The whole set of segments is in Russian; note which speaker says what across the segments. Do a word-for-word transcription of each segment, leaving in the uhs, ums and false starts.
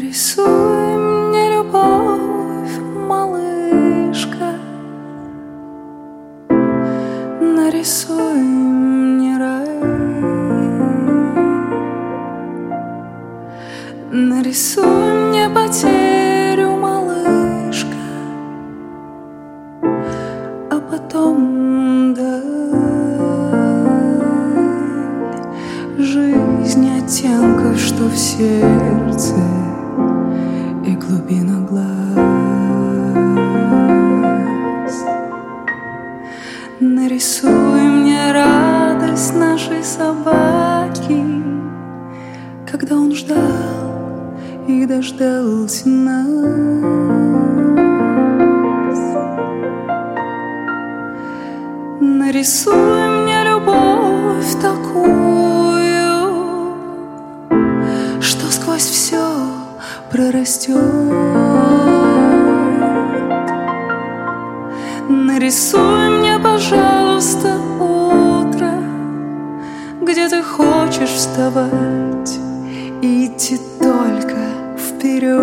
Speaker 1: Нарисуй мне любовь, малышка, нарисуй мне рай, нарисуй мне потерю, малышка, а потом дай жизнь оттенков, что в сердце и глубина глаз. Нарисуй мне радость нашей собаки, когда он ждал и дождался нас. Нарисуй мне любовь такую, что сквозь все прорастет. Нарисуй мне, пожалуйста, утро, где ты хочешь вставать и идти только вперед.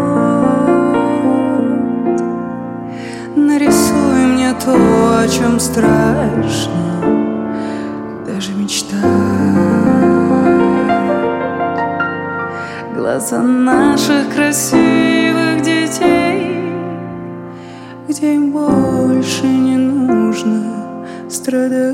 Speaker 1: Нарисуй мне то, о чем страшно даже мечтать. Глаза наших красивых детей, где им больше не нужно страдать.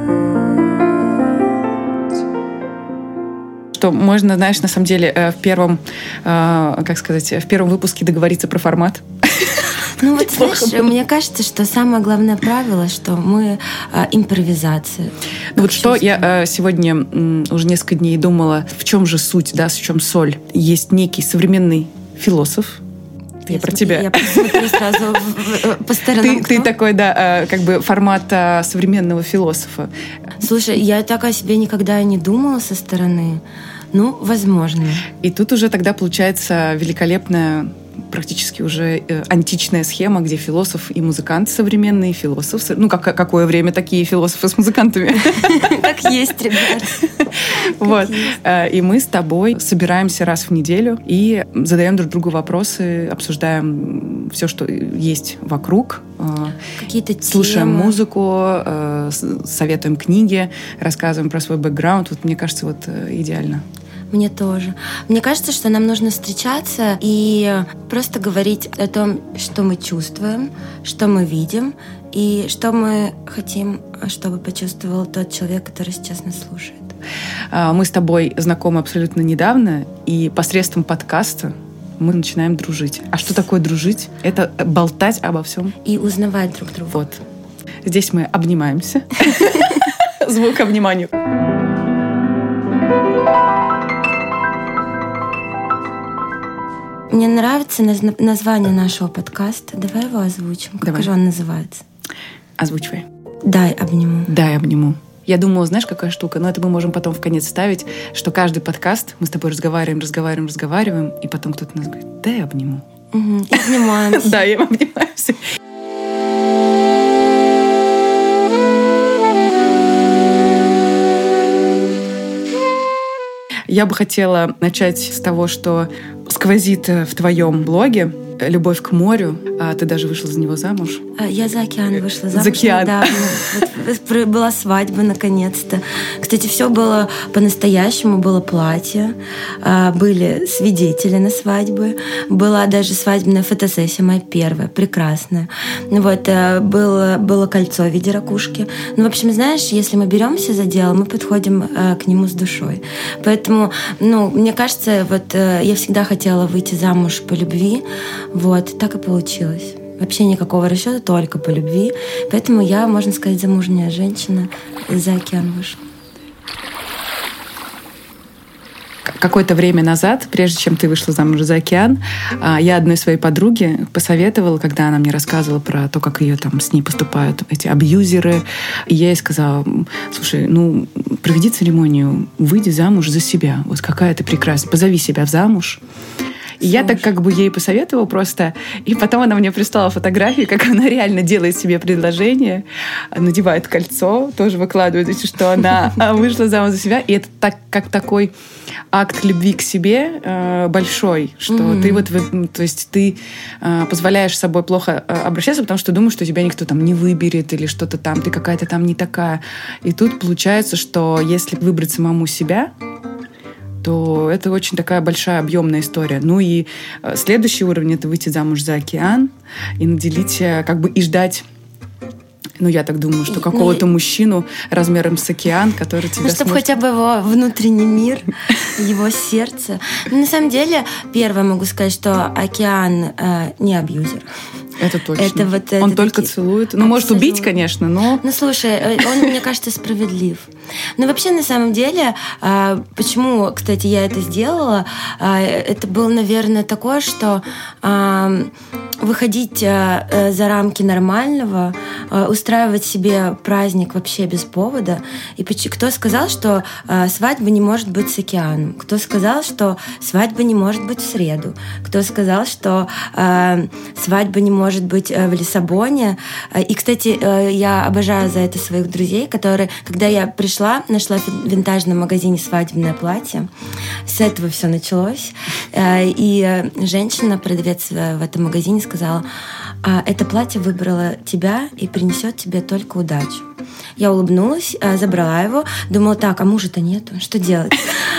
Speaker 2: Что можно, знаешь, на самом деле в первом, как сказать, в первом выпуске договориться про формат.
Speaker 3: Ну вот, знаешь, мне кажется, что самое главное правило, что мы э, импровизация.
Speaker 2: Ну вот что я э, сегодня м, уже несколько дней думала, в чем же суть, да, в чем соль. Есть некий современный философ. Я, я про тебя.
Speaker 3: Я посмотрю сразу по сторонам.
Speaker 2: Ты, ты такой, да, как бы формат современного философа.
Speaker 3: Слушай, я так о себе никогда не думала со стороны. Ну, возможно.
Speaker 2: И тут уже тогда получается великолепная, практически уже античная схема, где философ и музыкант современный, философ... Ну, как, какое время такие философы с музыкантами?
Speaker 3: Как есть, ребят.
Speaker 2: Вот. И мы с тобой собираемся раз в неделю и задаем друг другу вопросы, обсуждаем все, что есть вокруг.
Speaker 3: Какие-то темы.
Speaker 2: Слушаем музыку, советуем книги, рассказываем про свой бэкграунд. Вот мне кажется, вот идеально.
Speaker 3: Мне тоже. Мне кажется, что нам нужно встречаться и просто говорить о том, что мы чувствуем, что мы видим и что мы хотим, чтобы почувствовал тот человек, который сейчас нас слушает.
Speaker 2: Мы с тобой знакомы абсолютно недавно, и посредством подкаста мы начинаем дружить. А что такое дружить? Это болтать обо всем.
Speaker 3: И узнавать друг друга.
Speaker 2: Вот. Здесь мы обнимаемся. Звук обниманию.
Speaker 3: Мне нравится название нашего подкаста. Давай его озвучим. Как
Speaker 2: Давай.
Speaker 3: же он называется?
Speaker 2: Озвучивай.
Speaker 3: «Дай обниму».
Speaker 2: «Дай обниму». Я думала, знаешь, какая штука? Но это мы можем потом в конец вставить, что каждый подкаст мы с тобой разговариваем, разговариваем, разговариваем, и потом кто-то нас говорит: «Дай обниму».
Speaker 3: Угу. И обнимаемся.
Speaker 2: Да, и обнимаемся. Я бы хотела начать с того, что сквозит в твоем блоге любовь к морю. А ты даже вышла за него замуж.
Speaker 3: Я за океан вышла замуж.
Speaker 2: За океан.
Speaker 3: Да, вот, была свадьба наконец-то. Кстати, все было по-настоящему. Было платье, были свидетели на свадьбе, была даже свадебная фотосессия моя первая, прекрасная. Вот, было, было кольцо в виде ракушки. Ну, в общем, знаешь, если мы беремся за дело, мы подходим к нему с душой. Поэтому, ну, мне кажется, вот я всегда хотела выйти замуж по любви. Вот, так и получилось. Вообще никакого расчета, только по любви. Поэтому я, можно сказать, замужняя женщина, за океан вышла.
Speaker 2: Какое-то время назад, прежде чем ты вышла замуж за океан, я одной своей подруге посоветовала, когда она мне рассказывала про то, как ее там с ней поступают эти абьюзеры, и я ей сказала: слушай, ну, проведи церемонию, выйди замуж за себя. Вот какая ты прекрасная, позови себя в замуж. И я так как бы ей посоветовала просто, и потом она мне прислала фотографии, как она реально делает себе предложение, надевает кольцо, тоже выкладывает, что она вышла замуж за себя, и это так, как такой акт любви к себе э, большой, что mm-hmm. ты вот, то есть ты э, позволяешь с собой плохо э, обращаться, потому что думаешь, что тебя никто там не выберет или что-то там, ты какая-то там не такая. И тут получается, что если выбрать самому себя, то это очень такая большая объемная история. Ну и э, следующий уровень — это выйти замуж за океан и наделить, э, как бы и ждать. Ну, я так думаю, что какого-то ну, мужчину размером с океан, который тебя
Speaker 3: ну, чтобы
Speaker 2: сможет...
Speaker 3: хотя бы его внутренний мир, его сердце. Но на самом деле, первое могу сказать, что океан э, не абьюзер.
Speaker 2: Это точно. Это вот,
Speaker 3: он
Speaker 2: это только такие... целует. Ну, Абсолютно. Может убить, конечно, но...
Speaker 3: Ну, слушай, он, мне кажется, справедлив. Но вообще, на самом деле, почему, кстати, я это сделала, это было, наверное, такое, что выходить за рамки нормального, устраивать себе праздник вообще без повода. И кто сказал, что свадьба не может быть с океаном? Кто сказал, что свадьба не может быть в среду? Кто сказал, что свадьба не может быть в Лиссабоне? И, кстати, я обожаю за это своих друзей, которые, когда я пришла, нашла в винтажном магазине свадебное платье. С этого все началось. И женщина, продавец в этом магазине, сказала: это платье выбрало тебя и принесет тебе только удачу. Я улыбнулась, забрала его, думала: так, а мужа-то нету, что делать?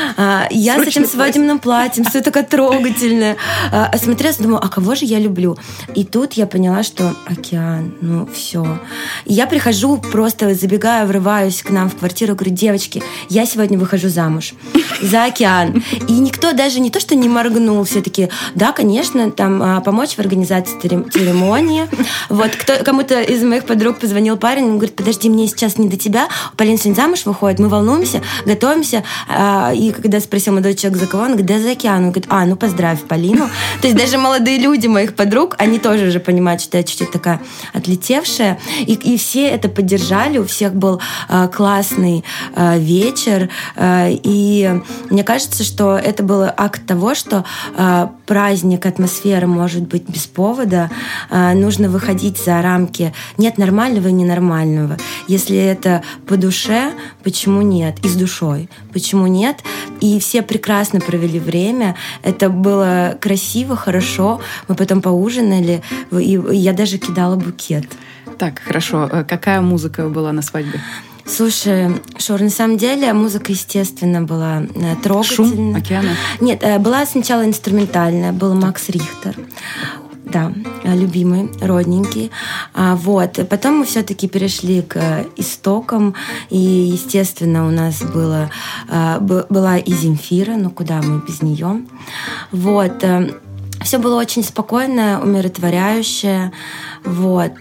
Speaker 3: Я с этим свадебным платьем, все такое трогательное. Осмотрелась, думала: а кого же я люблю? И тут я поняла, что океан, ну все. И я прихожу, просто забегаю, врываюсь к нам в квартиру, говорю: девочки, я сегодня выхожу замуж за океан. И никто даже не то, что не моргнул, все таки: да, конечно, там помочь в организации церемонии. Вот кто, кому-то из моих подруг позвонил парень, он говорит: подожди, мне сейчас не до тебя, Полина сегодня замуж выходит, мы волнуемся, готовимся. И когда спросил молодой человек, за кого, он говорит: да, за океан. Он говорит: а, ну поздравь Полину. То есть даже молодые люди моих подруг, они тоже уже понимают, что я чуть-чуть такая отлетевшая. И, и все это поддержали, у всех был э, классный э, вечер. Э, и мне кажется, что это был акт того, что э, праздник, атмосфера может быть без повода. Э, нужно выходить за рамки нет нормального и ненормального. Если это по душе, почему нет? И с душой. Почему нет? И все прекрасно провели время. Это было красиво, хорошо. Мы потом поужинали, и я даже кидала букет.
Speaker 2: Так, хорошо. Какая музыка была на свадьбе?
Speaker 3: Слушай, Шур, на самом деле музыка, естественно, была трогательная.
Speaker 2: Шум океана?
Speaker 3: Нет, была сначала инструментальная, был Макс Рихтер. Да, любимый, родненький. А, вот. Потом мы все-таки перешли к истокам. И, естественно, у нас было, а, б- была и Земфира, ну куда мы без нее. Вот. Все было очень спокойно, умиротворяющее. Вот.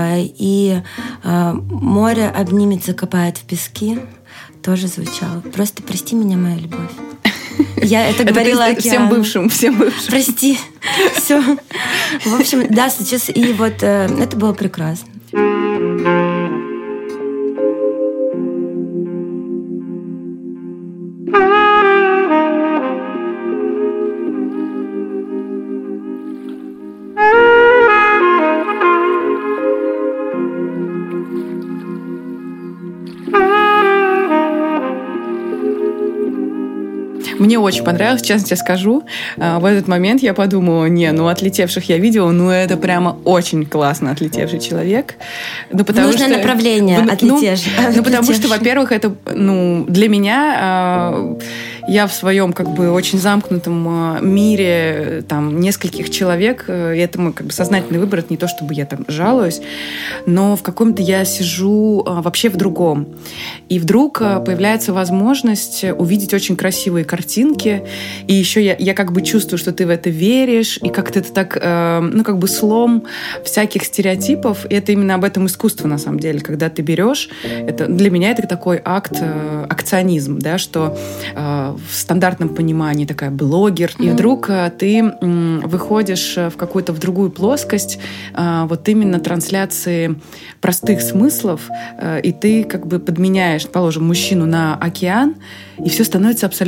Speaker 3: И а, море обнимет, закопает в пески. Тоже звучало. Просто прости меня, моя любовь. Я это, это говорила океану.
Speaker 2: Всем бывшим, всем бывшим.
Speaker 3: Прости. Все. В общем, да, сейчас и вот э, это было прекрасно.
Speaker 2: Мне очень понравилось, честно тебе скажу. В этот момент я подумала: не, ну отлетевших я видела, ну это прямо очень классно отлетевший человек. Ну, потому
Speaker 3: Нужное
Speaker 2: что,
Speaker 3: направление
Speaker 2: ну,
Speaker 3: отлетевший.
Speaker 2: Ну, потому что, во-первых, это, ну, для меня... Я в своем как бы очень замкнутом мире там нескольких человек, и это мой как бы сознательный выбор, это не то, чтобы я там жалуюсь, но в каком-то я сижу вообще в другом. И вдруг появляется возможность увидеть очень красивые картинки, и еще я, я как бы чувствую, что ты в это веришь, и как-то это так, ну как бы слом всяких стереотипов, и это именно об этом искусство на самом деле, когда ты берешь, это, для меня это такой акт, акционизм, да, что в стандартном понимании такая блогер, mm-hmm. и вдруг ты выходишь в какую-то в другую плоскость вот именно трансляции простых смыслов, и ты как бы подменяешь, положим, мужчину на океан, и все становится абсолютно понятно.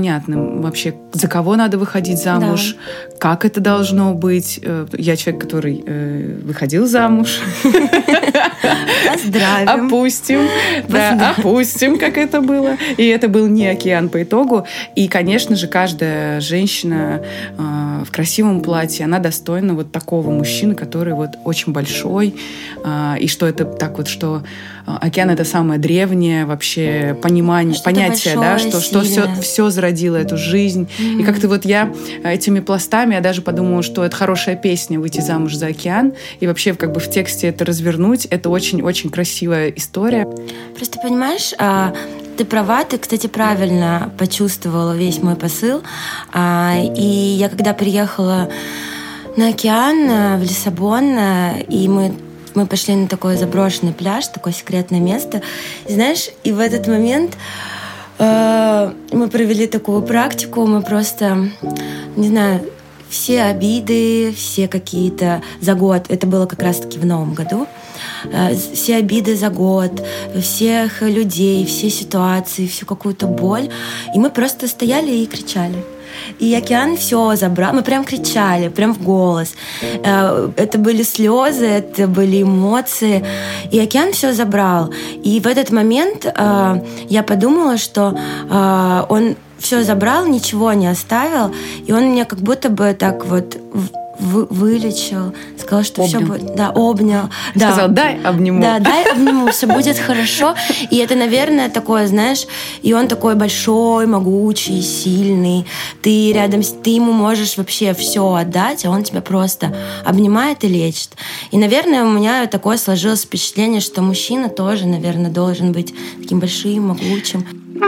Speaker 2: непонятным вообще, за кого надо выходить замуж, да. как это должно быть. Я человек, который э, выходил замуж.
Speaker 3: Поздравим.
Speaker 2: Опустим. Да, опустим, как это было. И это был не океан по итогу. И, конечно же, каждая женщина э, в красивом платье, она достойна вот такого мужчины, который вот очень большой. Э, и что это так вот, что океан — это самое древнее вообще понимание, что понятие, большое, да, что, что все, все зародило эту жизнь. Mm-hmm. И как-то вот я этими пластами, я даже подумала, что это хорошая песня «Выйти замуж за океан». И вообще как бы в тексте это развернуть. Это очень-очень красивая история.
Speaker 3: Просто понимаешь, ты права, ты, кстати, правильно почувствовала весь мой посыл. И я когда приехала на океан, в Лиссабон, и мы Мы пошли на такой заброшенный пляж, такое секретное место. И знаешь, и в этот момент э, мы провели такую практику, мы просто, не знаю, все обиды, все какие-то за год, это было как раз-таки в Новом году, э, все обиды за год, всех людей, все ситуации, всю какую-то боль. И мы просто стояли и кричали. И океан все забрал. Мы прям кричали, прям в голос. Это были слезы, это были эмоции. И океан все забрал. И в этот момент я подумала, что он все забрал, ничего не оставил. И он меня как будто бы так вот Вы, вылечил, сказал, что обнял. Все будет, да, обнял,
Speaker 2: сказал,
Speaker 3: да.
Speaker 2: дай обниму,
Speaker 3: да, дай обниму, все будет хорошо. И это, наверное, такое, знаешь, и он такой большой, могучий, сильный. Ты рядом, ты ему можешь вообще все отдать, а он тебя просто обнимает и лечит. И, наверное, у меня такое сложилось впечатление, что мужчина тоже, наверное, должен быть таким большим, могучим.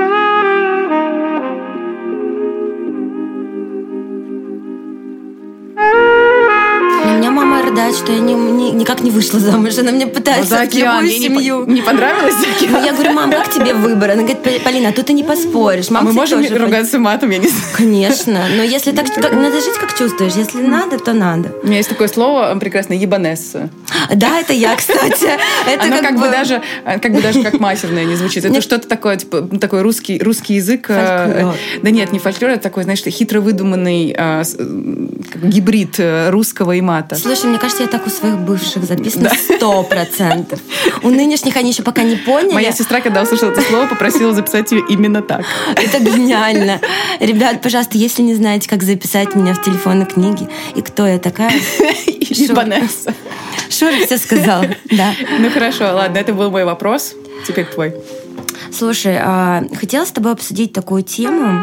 Speaker 3: Что я не, не, никак не вышла замуж. Она мне пытается
Speaker 2: за океан.
Speaker 3: любую семью.
Speaker 2: Не, не понравилось за океан?
Speaker 3: Я говорю, мам, как тебе выбор? Она говорит, Полина, тут ты не поспоришь. Мам,
Speaker 2: а мы можем ругаться пон... матом, я не знаю.
Speaker 3: Конечно. Но если так, как, надо жить, как чувствуешь. Если надо, то надо.
Speaker 2: У меня есть такое слово прекрасное, ебанесса.
Speaker 3: Да, это я, кстати. Это
Speaker 2: Оно
Speaker 3: как,
Speaker 2: как,
Speaker 3: бы...
Speaker 2: бы даже, как бы даже как матерное не звучит. Это что-то такое, типа, такой русский, русский язык.
Speaker 3: Фольклор.
Speaker 2: Да нет, не фольклор, это такой, знаешь, хитро выдуманный гибрид русского и мата.
Speaker 3: Слушай, мне кажется, я так у своих бывших записано сто процентов. У нынешних они еще пока не поняли.
Speaker 2: Моя сестра, когда услышала это слово, попросила записать ее именно так.
Speaker 3: Это гениально. Ребят, пожалуйста, если не знаете, как записать меня в телефонной книге и кто я такая...
Speaker 2: Ебанесса.
Speaker 3: Шура все сказала, да.
Speaker 2: Ну хорошо, ладно, это был мой вопрос. Теперь твой.
Speaker 3: Слушай, хотела с тобой обсудить такую тему.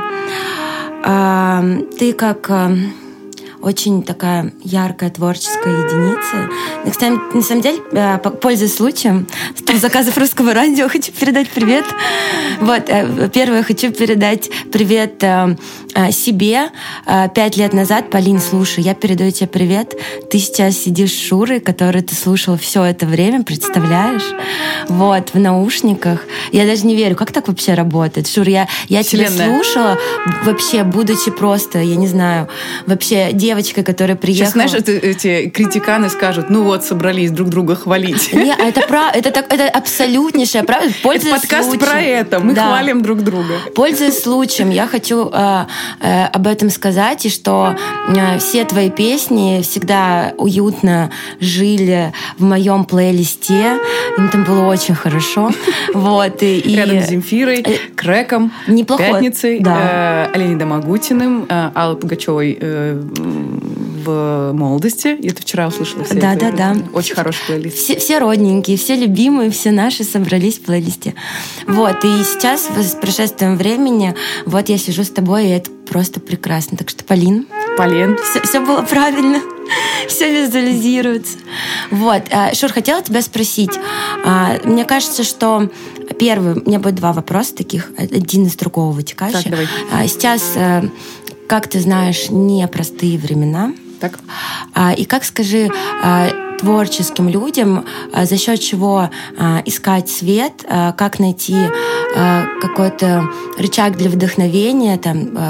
Speaker 3: Ты как... очень такая яркая творческая единица. Кстати, на самом деле, пользуясь случаем, с заказов Русского радио, хочу передать привет. Вот, первое, хочу передать привет себе. Пять лет назад, Полин, слушай, я передаю тебе привет. Ты сейчас сидишь с Шурой, которую ты слушала все это время, представляешь? Вот, в наушниках. Я даже не верю, как так вообще работает? Шур, я, я тебя слушала, вообще, будучи просто, я не знаю, вообще девочкой, которая приехала...
Speaker 2: Сейчас, знаешь, это, эти критиканы скажут, ну вот, собрались друг друга хвалить.
Speaker 3: Не, это, прав... это, так, это абсолютнейшая правда.
Speaker 2: Это подкаст случаем. Про это. Мы да. хвалим друг друга.
Speaker 3: Пользуясь случаем, я хочу э, э, об этом сказать, и что э, все твои песни всегда уютно жили в моем плейлисте. Им там было очень хорошо. Вот, и,
Speaker 2: рядом с Земфирой, Крэком,
Speaker 3: неплохо.
Speaker 2: Пятницей,
Speaker 3: да.
Speaker 2: э, Леонидом Агутиным, э, Аллой Пугачевой э, в молодости. Я это вчера услышала. Все
Speaker 3: да,
Speaker 2: это.
Speaker 3: да, да.
Speaker 2: Очень хороший плейлист.
Speaker 3: Все, все родненькие, все любимые, все наши собрались в плейлисте. Вот. И сейчас, с прошествием времени, вот я сижу с тобой, и это просто прекрасно. Так что, Полин.
Speaker 2: Полин.
Speaker 3: Все, все было правильно. Все визуализируется. Вот. Шур, хотела тебя спросить. Мне кажется, что первый... У меня будет два вопроса таких, один из другого вытекающий.
Speaker 2: Так, давай.
Speaker 3: Сейчас, как ты знаешь, непростые времена.
Speaker 2: Так.
Speaker 3: И как, скажи, творческим людям, за счет чего искать свет, как найти какой-то рычаг для вдохновения, там,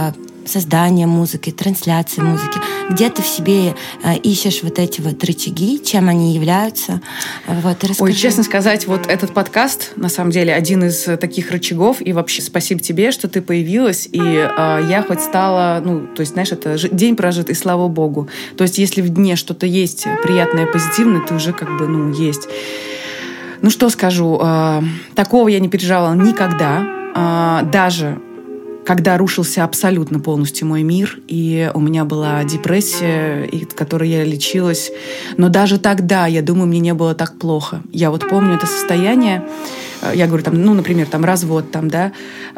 Speaker 3: создания музыки, трансляции музыки, где ты в себе э, ищешь вот эти вот рычаги, чем они являются. Вот,
Speaker 2: Ой, честно сказать, вот этот подкаст, на самом деле, один из таких рычагов, и вообще спасибо тебе, что ты появилась, и э, я хоть стала, ну, то есть, знаешь, это день прожит, и слава богу. То есть, если в дне что-то есть приятное, позитивное, ты уже как бы, ну, есть. Ну, что скажу, э, такого я не переживала никогда, э, даже когда рушился абсолютно полностью мой мир, и у меня была депрессия, от которой я лечилась. Но даже тогда, я думаю, мне не было так плохо. Я вот помню это состояние, я говорю, там, ну, например, там, развод, там, да,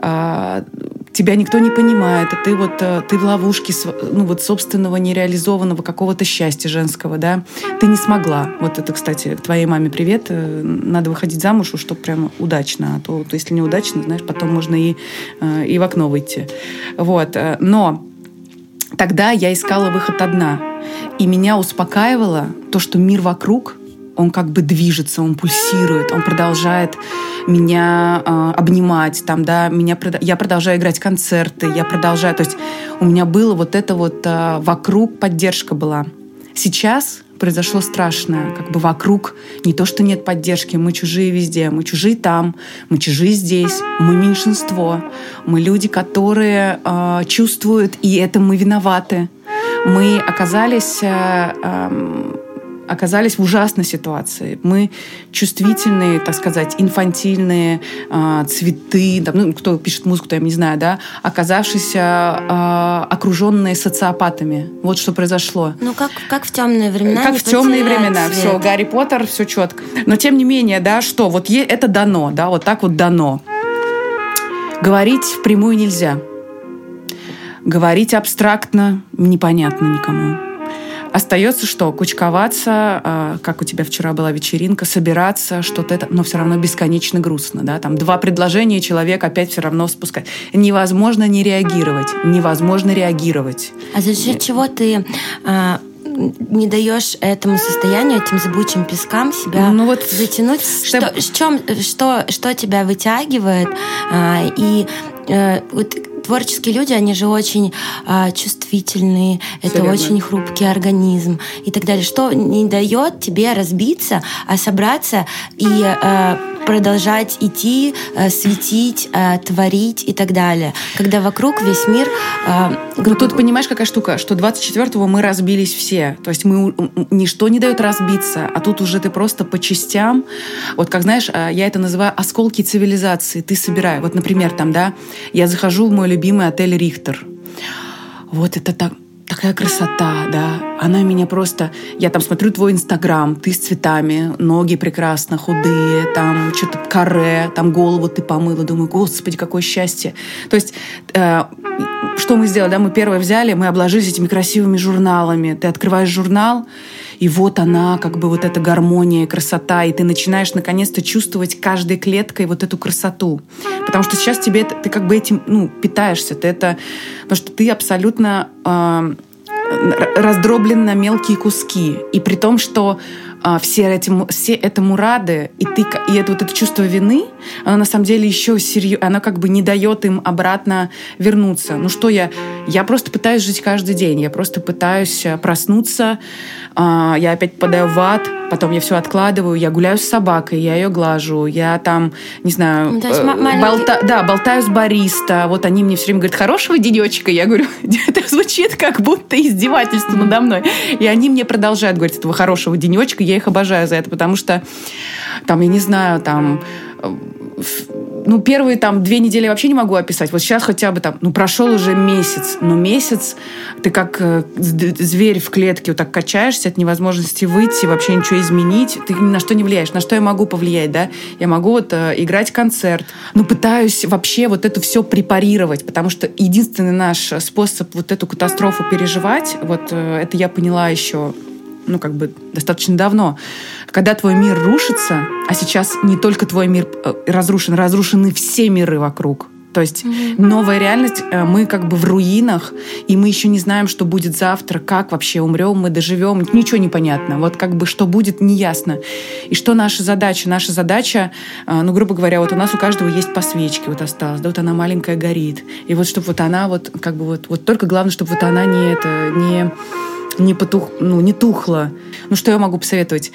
Speaker 2: тебя никто не понимает, а ты вот ты в ловушке, ну, вот собственного нереализованного какого-то счастья женского, да, ты не смогла. Вот это, кстати, твоей маме привет, надо выходить замуж, чтобы прямо удачно, а то, то если неудачно, знаешь, потом можно и, и в окно выйти. Вот. Но тогда я искала выход одна, и меня успокаивало то, что мир вокруг, он как бы движется, он пульсирует, он продолжает меня э, обнимать, там, да, меня, я продолжаю играть концерты, я продолжаю, то есть у меня было вот это вот э, вокруг поддержка была. Сейчас произошло страшное, как бы вокруг не то, что нет поддержки, мы чужие везде, мы чужие там, мы чужие здесь, мы меньшинство, мы люди, которые э, чувствуют, и это мы виноваты. Мы оказались... Э, э, оказались в ужасной ситуации. Мы чувствительные, так сказать, инфантильные, э, цветы, там, ну, кто пишет музыку, то я не знаю, да, оказавшись э, э, окруженные социопатами. Вот что произошло.
Speaker 3: Ну, как, как в темные времена.
Speaker 2: Как в темные времена. Цвет. Все, Гарри Поттер, все четко. Но, тем не менее, да, что, вот это дано, да, вот так вот дано. Говорить впрямую нельзя. Говорить абстрактно непонятно никому. Остается что? Кучковаться, как у тебя вчера была вечеринка, собираться, что-то это, но все равно бесконечно грустно. Да? Там два предложения, человек опять все равно спускает. Невозможно не реагировать. Невозможно реагировать.
Speaker 3: А за счет чего ты а, не даешь этому состоянию, этим зыбучим пескам себя ну, вот затянуть? Что, что, что, что тебя вытягивает? А, и а, вот творческие люди, они же очень а, чувствительные, все это верно. Очень хрупкий организм и так далее. Что не дает тебе разбиться, а собраться и а, продолжать идти, а, светить, а, творить и так далее. Когда вокруг весь мир... А,
Speaker 2: гру... Тут понимаешь, какая штука, что двадцать четвёртого мы разбились все. То есть мы, ничто не дает разбиться, а тут уже ты просто по частям. Вот как, знаешь, я это называю осколки цивилизации. Ты собираешь. Вот, например, там, да, я захожу в мой любимый отель «Рихтер». Вот это так, такая красота, да. Она меня просто... Я там смотрю твой Инстаграм, ты с цветами, ноги прекрасно, худые, там что-то каре, там голову ты помыла. Думаю, господи, какое счастье. То есть, э, что мы сделали, да, мы первое взяли, мы обложились этими красивыми журналами. Ты открываешь журнал, и вот она, как бы вот эта гармония, красота, и ты начинаешь наконец-то чувствовать каждой клеткой вот эту красоту. Потому что сейчас тебе это, ты как бы этим, ну, питаешься. Ты это, потому что ты абсолютно э, раздроблен на мелкие куски. И при том, что э, все, этим, все этому рады, и, ты, и это вот это чувство вины, оно на самом деле еще серьезно, оно как бы не дает им обратно вернуться. Ну что я? Я просто пытаюсь жить каждый день. Я просто пытаюсь проснуться. Э, я опять попадаю в ад. Потом я все откладываю, я гуляю с собакой, я ее глажу, я там, не знаю,
Speaker 3: э, маленький...
Speaker 2: болта... да, болтаю с бариста. Вот они мне все время говорят, хорошего денечка. Я говорю, это звучит как будто издевательство надо мной. И они мне продолжают говорить этого хорошего денечка. Я их обожаю за это, потому что там, я не знаю, там... Ну, первые там две недели я вообще не могу описать. Вот сейчас хотя бы там, ну, прошел уже месяц. Но месяц ты как э, зверь в клетке вот так качаешься от невозможности выйти, вообще ничего изменить. Ты ни на что не влияешь. На что я могу повлиять, да? Я могу вот э, играть концерт. Но пытаюсь вообще вот это все препарировать, потому что единственный наш способ вот эту катастрофу переживать, вот э, это я поняла еще, ну, как бы достаточно давно. Когда твой мир рушится, а сейчас не только твой мир разрушен, разрушены все миры вокруг. То есть mm-hmm. новая реальность, мы как бы в руинах, и мы еще не знаем, что будет завтра, как вообще умрем, мы доживем, ничего не понятно. Вот как бы что будет, неясно. И что наша задача? Наша задача, ну, грубо говоря, вот у нас у каждого есть по свечке вот осталось, да, вот она маленькая горит. И вот чтобы вот она вот как бы вот, вот только главное, чтобы вот она не это, не, не потух, ну, не тухла. Ну, что я могу посоветовать?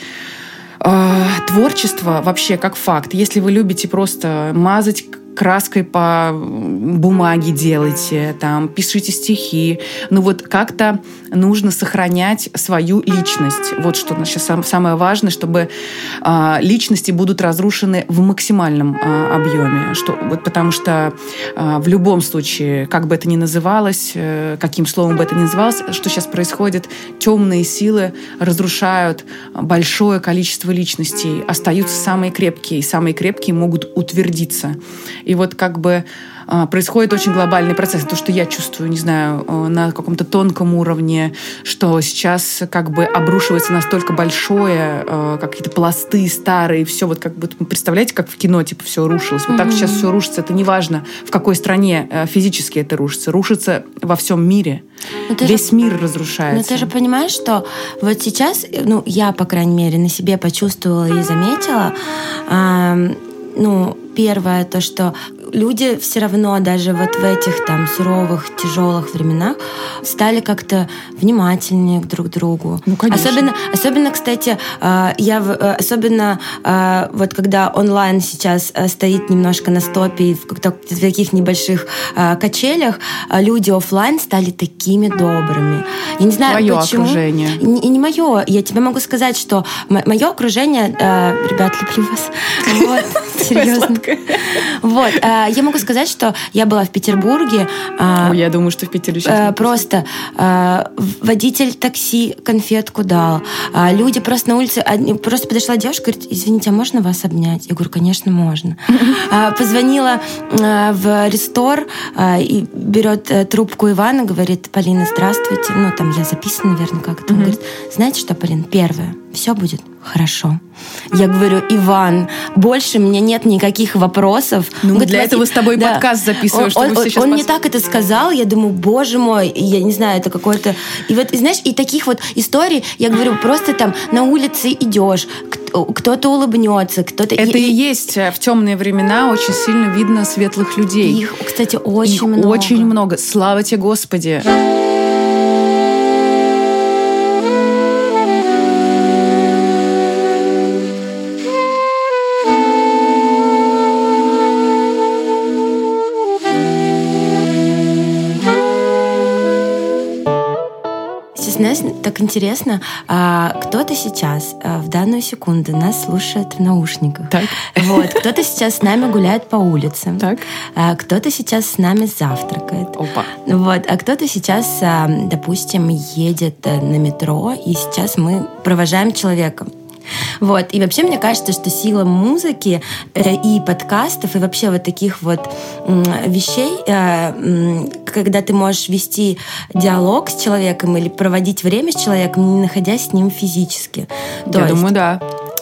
Speaker 2: Творчество вообще как факт. Если вы любите просто мазать краской по бумаге делайте, там, пишите стихи. Ну вот как-то нужно сохранять свою личность. Вот что сейчас самое важное, чтобы э, личности будут разрушены в максимальном э, объеме. Что, вот, потому что э, в любом случае, как бы это ни называлось, э, каким словом бы это ни называлось, что сейчас происходит, темные силы разрушают большое количество личностей. Остаются самые крепкие, и самые крепкие могут утвердиться. И вот как бы происходит очень глобальный процесс. То, что я чувствую, не знаю, на каком-то тонком уровне, что сейчас как бы обрушивается настолько большое, какие-то пласты старые, все вот как бы, представляете, как в кино, типа, все рушилось. Вот так сейчас все рушится. Это не важно, в какой стране физически это рушится. Рушится во всем мире. Весь же, мир разрушается.
Speaker 3: Но ты же понимаешь, что вот сейчас, ну, я, по крайней мере, на себе почувствовала и заметила, э, ну, первое, то, что люди все равно даже вот в этих там суровых, тяжелых временах стали как-то внимательнее друг к другу.
Speaker 2: Ну, конечно.
Speaker 3: Особенно, особенно, кстати, я особенно вот когда онлайн сейчас стоит немножко на стопе в таких небольших качелях, люди офлайн стали такими добрыми. Я не знаю,
Speaker 2: Твое
Speaker 3: почему.
Speaker 2: окружение.
Speaker 3: И не мое. Я тебе могу сказать, что мое окружение, ребят, люблю вас. Вот, серьезно. Вот. Я могу сказать, что я была в Петербурге.
Speaker 2: О, я думаю, что в Питере сейчас
Speaker 3: просто водитель такси конфетку дал. Люди просто на улице... Просто подошла девушка, говорит, извините, а можно вас обнять? Я говорю, конечно, можно. Позвонила в рестор и берет трубку Ивана, говорит, Полина, здравствуйте. Ну, там я записана, наверное, как-то. Он говорит, знаете что, Полин, первое, все будет хорошо. Я говорю, Иван, больше у меня нет никаких вопросов.
Speaker 2: Ну, для говорит, этого с тобой да. подкаст записываю, чтобы
Speaker 3: он,
Speaker 2: все сейчас...
Speaker 3: Он
Speaker 2: пос...
Speaker 3: мне так это сказал, я думаю, боже мой, я не знаю, это какое-то... И вот, и, знаешь, и таких вот историй, я говорю, просто там на улице идешь, кто-то улыбнется, кто-то...
Speaker 2: Это и, и есть в темные времена очень сильно видно светлых людей.
Speaker 3: Их, кстати, очень
Speaker 2: Их
Speaker 3: много.
Speaker 2: очень много. Слава тебе, Господи.
Speaker 3: Знаешь, так интересно, кто-то сейчас в данную секунду нас слушает в наушниках.
Speaker 2: Так.
Speaker 3: Вот, кто-то сейчас с нами гуляет по улице.
Speaker 2: Так.
Speaker 3: Кто-то сейчас с нами завтракает.
Speaker 2: Опа.
Speaker 3: Вот, а кто-то сейчас, допустим, едет на метро, и сейчас мы провожаем человека. Вот. И вообще мне кажется, что сила музыки и подкастов, и вообще вот таких вот вещей, когда ты можешь вести диалог с человеком или проводить время с человеком, не находясь с ним физически.
Speaker 2: То Я есть, думаю, да.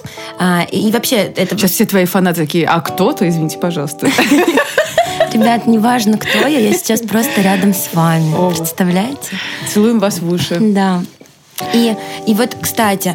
Speaker 3: И вообще это...
Speaker 2: Сейчас все твои фанаты такие, а кто-то, извините, пожалуйста.
Speaker 3: Ребят, неважно, кто я, я сейчас просто рядом с вами. О, представляете?
Speaker 2: Целуем вас в уши.
Speaker 3: Да. И, и вот, кстати,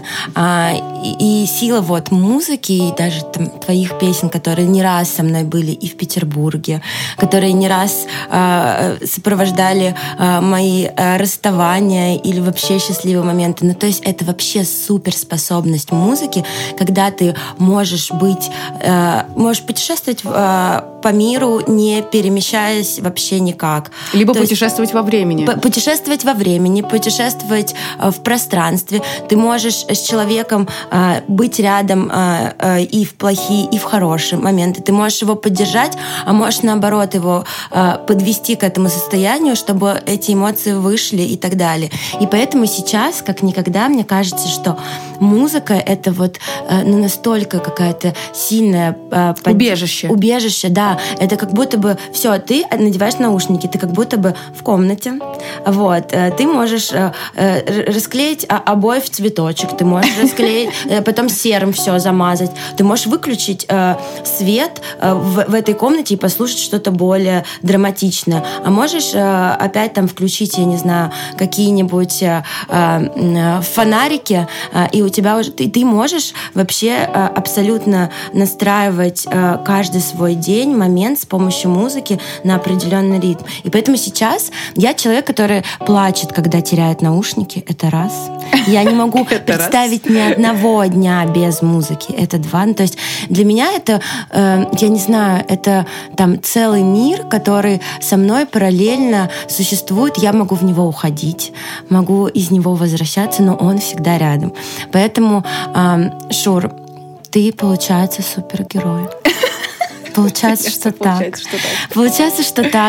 Speaker 3: и, и сила вот музыки, и даже там, твоих песен, которые не раз со мной были и в Петербурге, которые не раз э, сопровождали э, мои э, расставания или вообще счастливые моменты. Ну, то есть это вообще суперспособность музыки, когда ты можешь быть, э, можешь путешествовать э, по миру, не перемещаясь вообще никак.
Speaker 2: Либо
Speaker 3: то
Speaker 2: путешествовать во времени.
Speaker 3: Путешествовать во времени, путешествовать э, в пространстве. Ты можешь с человеком э, быть рядом э, э, и в плохие, и в хорошие моменты. Ты можешь его поддержать, а можешь, наоборот, его э, подвести к этому состоянию, чтобы эти эмоции вышли и так далее. И поэтому сейчас, как никогда, мне кажется, что музыка — это вот э, ну, настолько какая-то сильная... Э, под...
Speaker 2: Убежище.
Speaker 3: Убежище, да. Это как будто бы... Все, ты надеваешь наушники, ты как будто бы в комнате. Вот. Э, ты можешь э, э, рассказать расклеить обои в цветочек, ты можешь расклеить, потом серым все замазать. Ты можешь выключить э, свет э, в, в этой комнате и послушать что-то более драматичное. А можешь э, опять там включить, я не знаю, какие-нибудь э, э, фонарики, э, и у тебя уже... Ты, ты можешь вообще э, абсолютно настраивать э, каждый свой день, момент с помощью музыки на определенный ритм. И поэтому сейчас я человек, который плачет, когда теряет наушники. Это раз. Я не могу представить ни одного дня без музыки. Это два. Ну, то есть для меня это, э, я не знаю, это там целый мир, который со мной параллельно существует. Я могу в него уходить, могу из него возвращаться, но он всегда рядом. Поэтому, э, Шур, ты, получается, супергерой. Получается, что так. Получается, что так.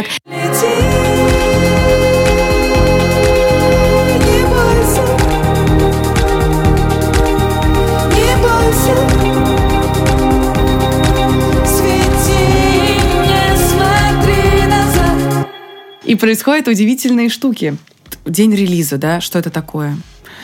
Speaker 2: И происходят удивительные штуки. День релиза, да, что это такое?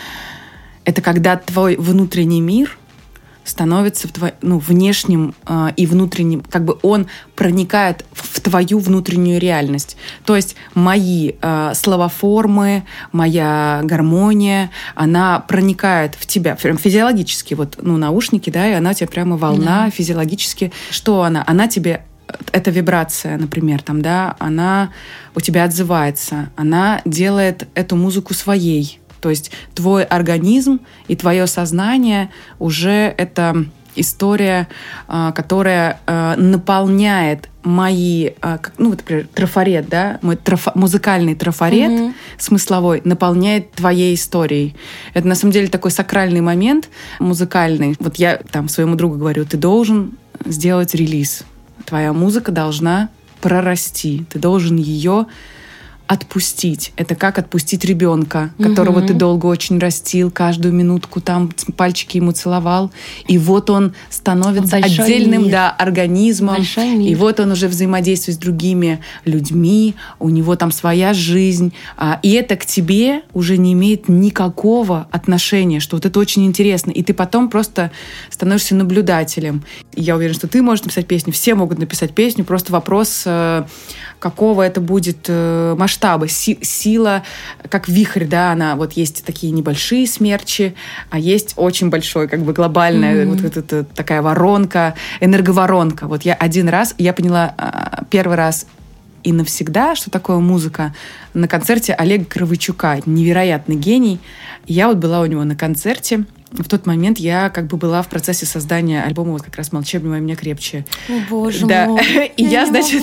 Speaker 2: Это когда твой внутренний мир становится в твой, ну, внешним э, и внутренним, как бы он проникает в твою внутреннюю реальность. То есть мои э, словоформы, моя гармония, она проникает в тебя прям физиологически. Вот, ну, наушники, да, и она у тебя прямо волна, да, физиологически. Что она? Она тебе... Эта вибрация, например, там, да, она у тебя отзывается, она делает эту музыку своей. То есть твой организм и твое сознание уже это история, которая наполняет мои, ну, например, трафарет, да, мой траф, музыкальный трафарет mm-hmm. смысловой наполняет твоей историей. Это на самом деле такой сакральный момент музыкальный. Вот я там своему другу говорю, ты должен сделать релиз. Твоя музыка должна прорасти. Ты должен ее отпустить. Это как отпустить ребенка, которого угу. ты долго очень растил, каждую минутку там пальчики ему целовал. И вот он становится большой отдельным да, организмом. И вот он уже взаимодействует с другими людьми. У него там своя жизнь. И это к тебе уже не имеет никакого отношения, что вот это очень интересно. И ты потом просто становишься наблюдателем. И я уверена, что ты можешь написать песню. Все могут написать песню. Просто вопрос, какого это будет масштаба, си- сила, как вихрь, да, она, вот есть такие небольшие смерчи, а есть очень большой, как бы глобальная, mm-hmm. вот эта, эта такая воронка, энерговоронка. Вот я один раз, я поняла первый раз и навсегда, что такое музыка, на концерте Олега Кравчука, невероятный гений. Я вот была у него на концерте. В тот момент я как бы была в процессе создания альбома вот как раз «Молчи, обнимай меня крепче».
Speaker 3: О, боже
Speaker 2: да.
Speaker 3: мой.
Speaker 2: И я, я значит,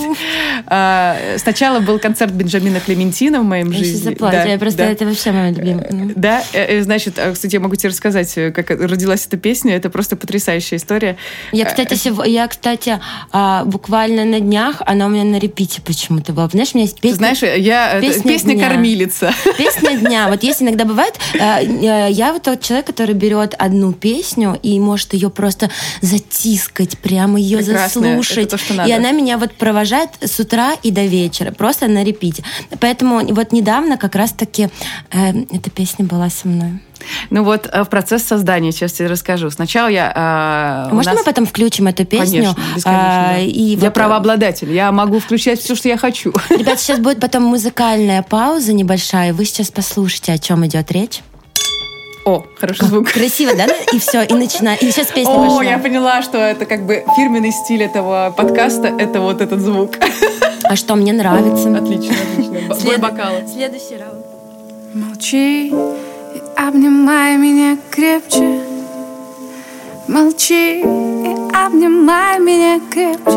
Speaker 2: э, сначала был концерт Бенджамина Клементина в моем
Speaker 3: я
Speaker 2: жизни.
Speaker 3: Я сейчас заплачу, да, я просто, да. это вообще моя любимая.
Speaker 2: Да, значит, кстати, я могу тебе рассказать, как родилась эта песня, это просто потрясающая история.
Speaker 3: Я, кстати, сев... я, кстати буквально на днях, она у меня на репите почему-то была. Знаешь, у меня есть песня...
Speaker 2: Ты знаешь, я... Песня, песня кормилица.
Speaker 3: Песня дня. Вот есть иногда бывает, я вот тот человек, который берет одну песню и может ее просто затискать, прямо ее
Speaker 2: прекрасная.
Speaker 3: Заслушать.
Speaker 2: Это то, что надо.
Speaker 3: И она меня вот провожает с утра и до вечера, просто на репите. Поэтому вот недавно как раз-таки э, эта песня была со мной.
Speaker 2: Ну вот в процесс создания, сейчас тебе расскажу. Сначала я...
Speaker 3: Э, Можно нас... мы потом включим эту песню?
Speaker 2: Конечно, бесконечно, а, да. и я вот... правообладатель, я могу включать все, что я хочу.
Speaker 3: Ребята, сейчас будет потом музыкальная пауза небольшая, вы сейчас послушайте, о чем идет речь.
Speaker 2: О, хороший звук.
Speaker 3: Красиво, да? И все, и начинаем. И сейчас песня
Speaker 2: О,
Speaker 3: пошла.
Speaker 2: Я поняла, что это как бы фирменный стиль этого подкаста, это вот этот звук.
Speaker 3: А что, мне нравится.
Speaker 2: Отлично, отлично. След... бокала.
Speaker 3: Следующий раунд.
Speaker 1: Молчи и обнимай меня крепче. Молчи и обнимай меня крепче.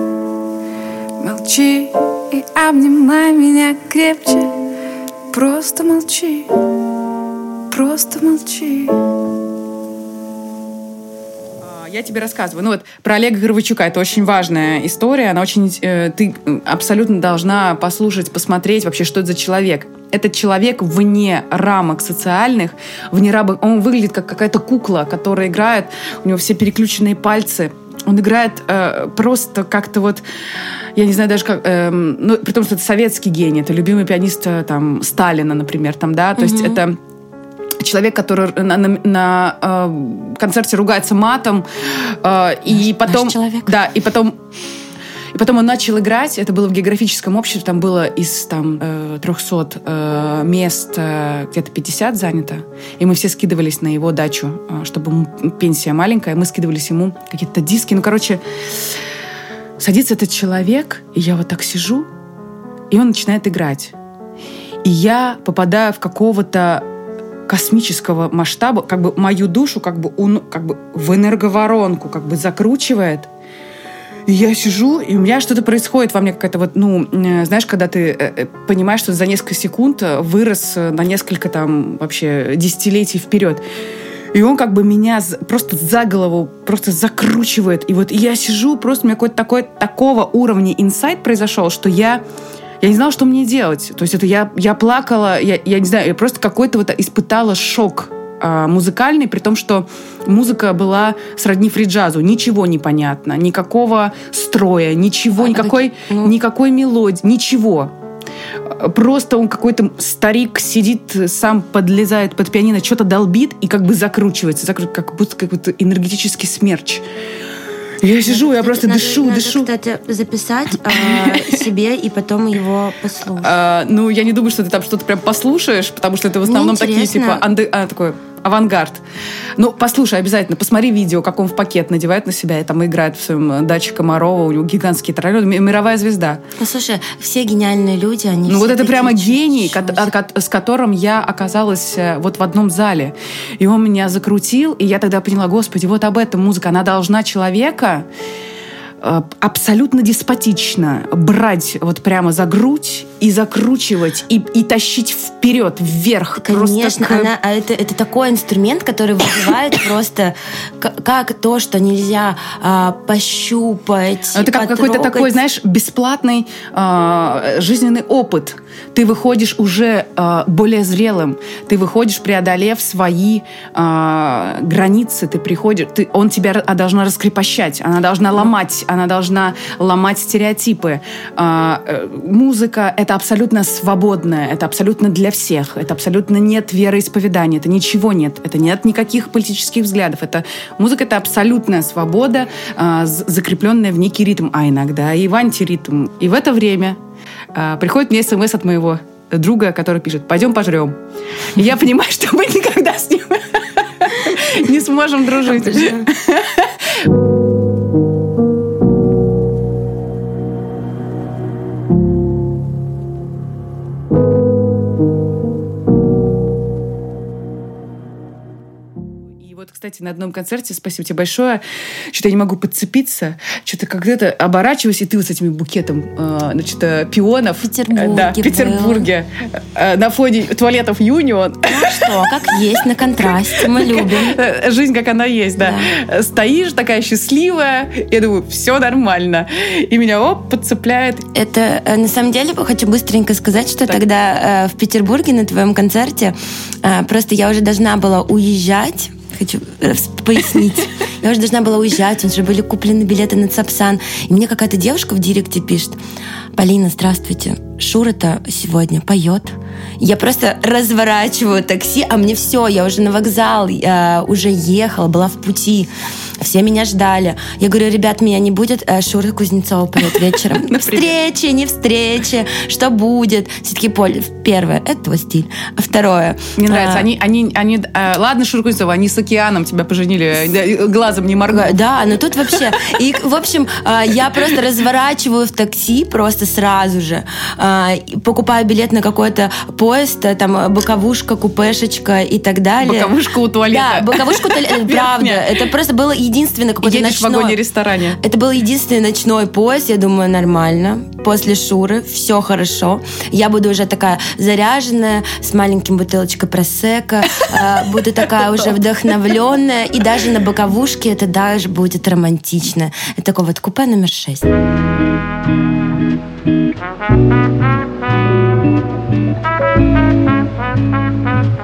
Speaker 1: Молчи и обнимай меня крепче. Просто молчи. Просто молчи.
Speaker 2: Я тебе рассказываю. Ну вот про Олега Кравчука. Это очень важная история. Она очень... Э, ты абсолютно должна послушать, посмотреть вообще, что это за человек. Этот человек вне рамок социальных, вне рамок... Он выглядит как какая-то кукла, которая играет. У него все переключенные пальцы. Он играет э, просто как-то вот... Я не знаю даже как... Э, ну, при том, что это советский гений. Это любимый пианист там, Сталина, например. Там, да? То mm-hmm. есть это... человек, который на, на, на э, концерте ругается матом, э, и
Speaker 3: наш,
Speaker 2: потом...
Speaker 3: Наш человек.
Speaker 2: Да, и потом... И потом он начал играть, это было в географическом обществе, там было из там, трехсот мест где-то пятьдесят занято, и мы все скидывались на его дачу, чтобы ему, пенсия маленькая, мы скидывались ему какие-то диски. Ну, короче, садится этот человек, и я вот так сижу, и он начинает играть. И я попадаю в какого-то космического масштаба, как бы мою душу как бы, он, как бы в энерговоронку как бы закручивает. И я сижу, и у меня что-то происходит во мне, какая-то вот, ну, знаешь, когда ты понимаешь, что за несколько секунд вырос на несколько там вообще десятилетий вперед. И он как бы меня просто за голову просто закручивает. И вот я сижу, просто у меня какой-то такой, такого уровня инсайт произошел, что я... Я не знала, что мне делать. То есть это я, я плакала, я, я не знаю, я просто какой-то вот испытала шок музыкальный, при том, что музыка была сродни фри-джазу. Ничего не понятно, никакого строя, ничего, а никакой, ну... никакой мелодии, ничего. Просто он какой-то старик сидит, сам подлезает под пианино, что-то долбит и как бы закручивается, закручивается как будто какой-то энергетический смерч. Я сижу, надо, я просто
Speaker 3: надо,
Speaker 2: дышу,
Speaker 3: надо,
Speaker 2: дышу.
Speaker 3: Надо, кстати, записать э, себе и потом его послушать.
Speaker 2: А, ну, я не думаю, что ты там что-то прям послушаешь, потому что это в основном такие, типа, анды, а, такой авангард. Ну, послушай обязательно, посмотри видео, как он в пакет надевает на себя, и там играет в своем даче Комарова, у него гигантские троллейбусы, мировая звезда.
Speaker 3: Ну, слушай, все гениальные люди, они
Speaker 2: Ну, вот это прямо гений,
Speaker 3: чуть-чуть.
Speaker 2: с которым я оказалась вот в одном зале. И он меня закрутил, и я тогда поняла, господи, вот об этом музыка, она должна человека абсолютно деспотично брать вот прямо за грудь и закручивать, и, и тащить вперед, вверх.
Speaker 3: Конечно,
Speaker 2: к...
Speaker 3: она, а это, это такой инструмент, который вызывает просто как то, что нельзя а, пощупать,
Speaker 2: это как какой-то такой, знаешь, бесплатный а, жизненный опыт. Ты выходишь уже а, более зрелым, ты выходишь, преодолев свои а, границы, ты приходишь, ты, он тебя должна раскрепощать, она должна ломать, она должна ломать стереотипы. А, музыка — это абсолютно свободная, это абсолютно для всех, это абсолютно нет вероисповедания, это ничего нет, это нет никаких политических взглядов. Это, музыка — это абсолютная свобода, а, закрепленная в некий ритм, а иногда и в антиритм. И в это время а, приходит мне смс от моего друга, который пишет: «Пойдем пожрем». И я понимаю, что мы никогда с ним не сможем дружить. Кстати, на одном концерте, спасибо тебе большое, что-то я не могу подцепиться, что-то когда-то оборачиваюсь, и ты вот с этим букетом э, значит, пионов.
Speaker 3: В Петербурге.
Speaker 2: Да, в Петербурге. Э, на фоне туалетов Юнион.
Speaker 3: Ну что, как есть, на контрасте, мы любим.
Speaker 2: Жизнь, как она есть, да. да. Стоишь такая счастливая, я думаю, все нормально. И меня, оп, подцепляет.
Speaker 3: Это, на самом деле, хочу быстренько сказать, что так. тогда э, в Петербурге на твоем концерте э, просто я уже должна была уезжать. Хочу пояснить. Я уже должна была уезжать, уже были куплены билеты на Цапсан. И мне какая-то девушка в директе пишет: «Полина, здравствуйте, Шура-то сегодня поет». Я просто разворачиваю такси, а мне все, я уже на вокзал, я уже ехала, была в пути. Все меня ждали. Я говорю: ребят, меня не будет, Шура Кузнецова поет вечером. Встречи, не встречи, что будет? Все таки, Поль, первое, это твой стиль. А второе...
Speaker 2: Мне нравится, они, они, они, ладно, Шура Кузнецова, они с океаном тебя поженили, глазом не моргнув.
Speaker 3: Да, но тут вообще... И, в общем, я просто разворачиваю в такси просто сразу же, покупаю билет на какой-то поезд, там боковушка, купешечка и так далее.
Speaker 2: Боковушка у туалета.
Speaker 3: Да, боковушка у туалета, правда. Это просто было единственное какое-то
Speaker 2: едешь
Speaker 3: ночное...
Speaker 2: в вагоне-ресторане.
Speaker 3: Это был единственный ночной поезд, я думаю, нормально. После Шуры все хорошо. Я буду уже такая заряженная, с маленьким бутылочкой просекко, буду такая уже вдохновленная, и даже на боковушке это даже будет романтично. Это такое вот купе номер шесть.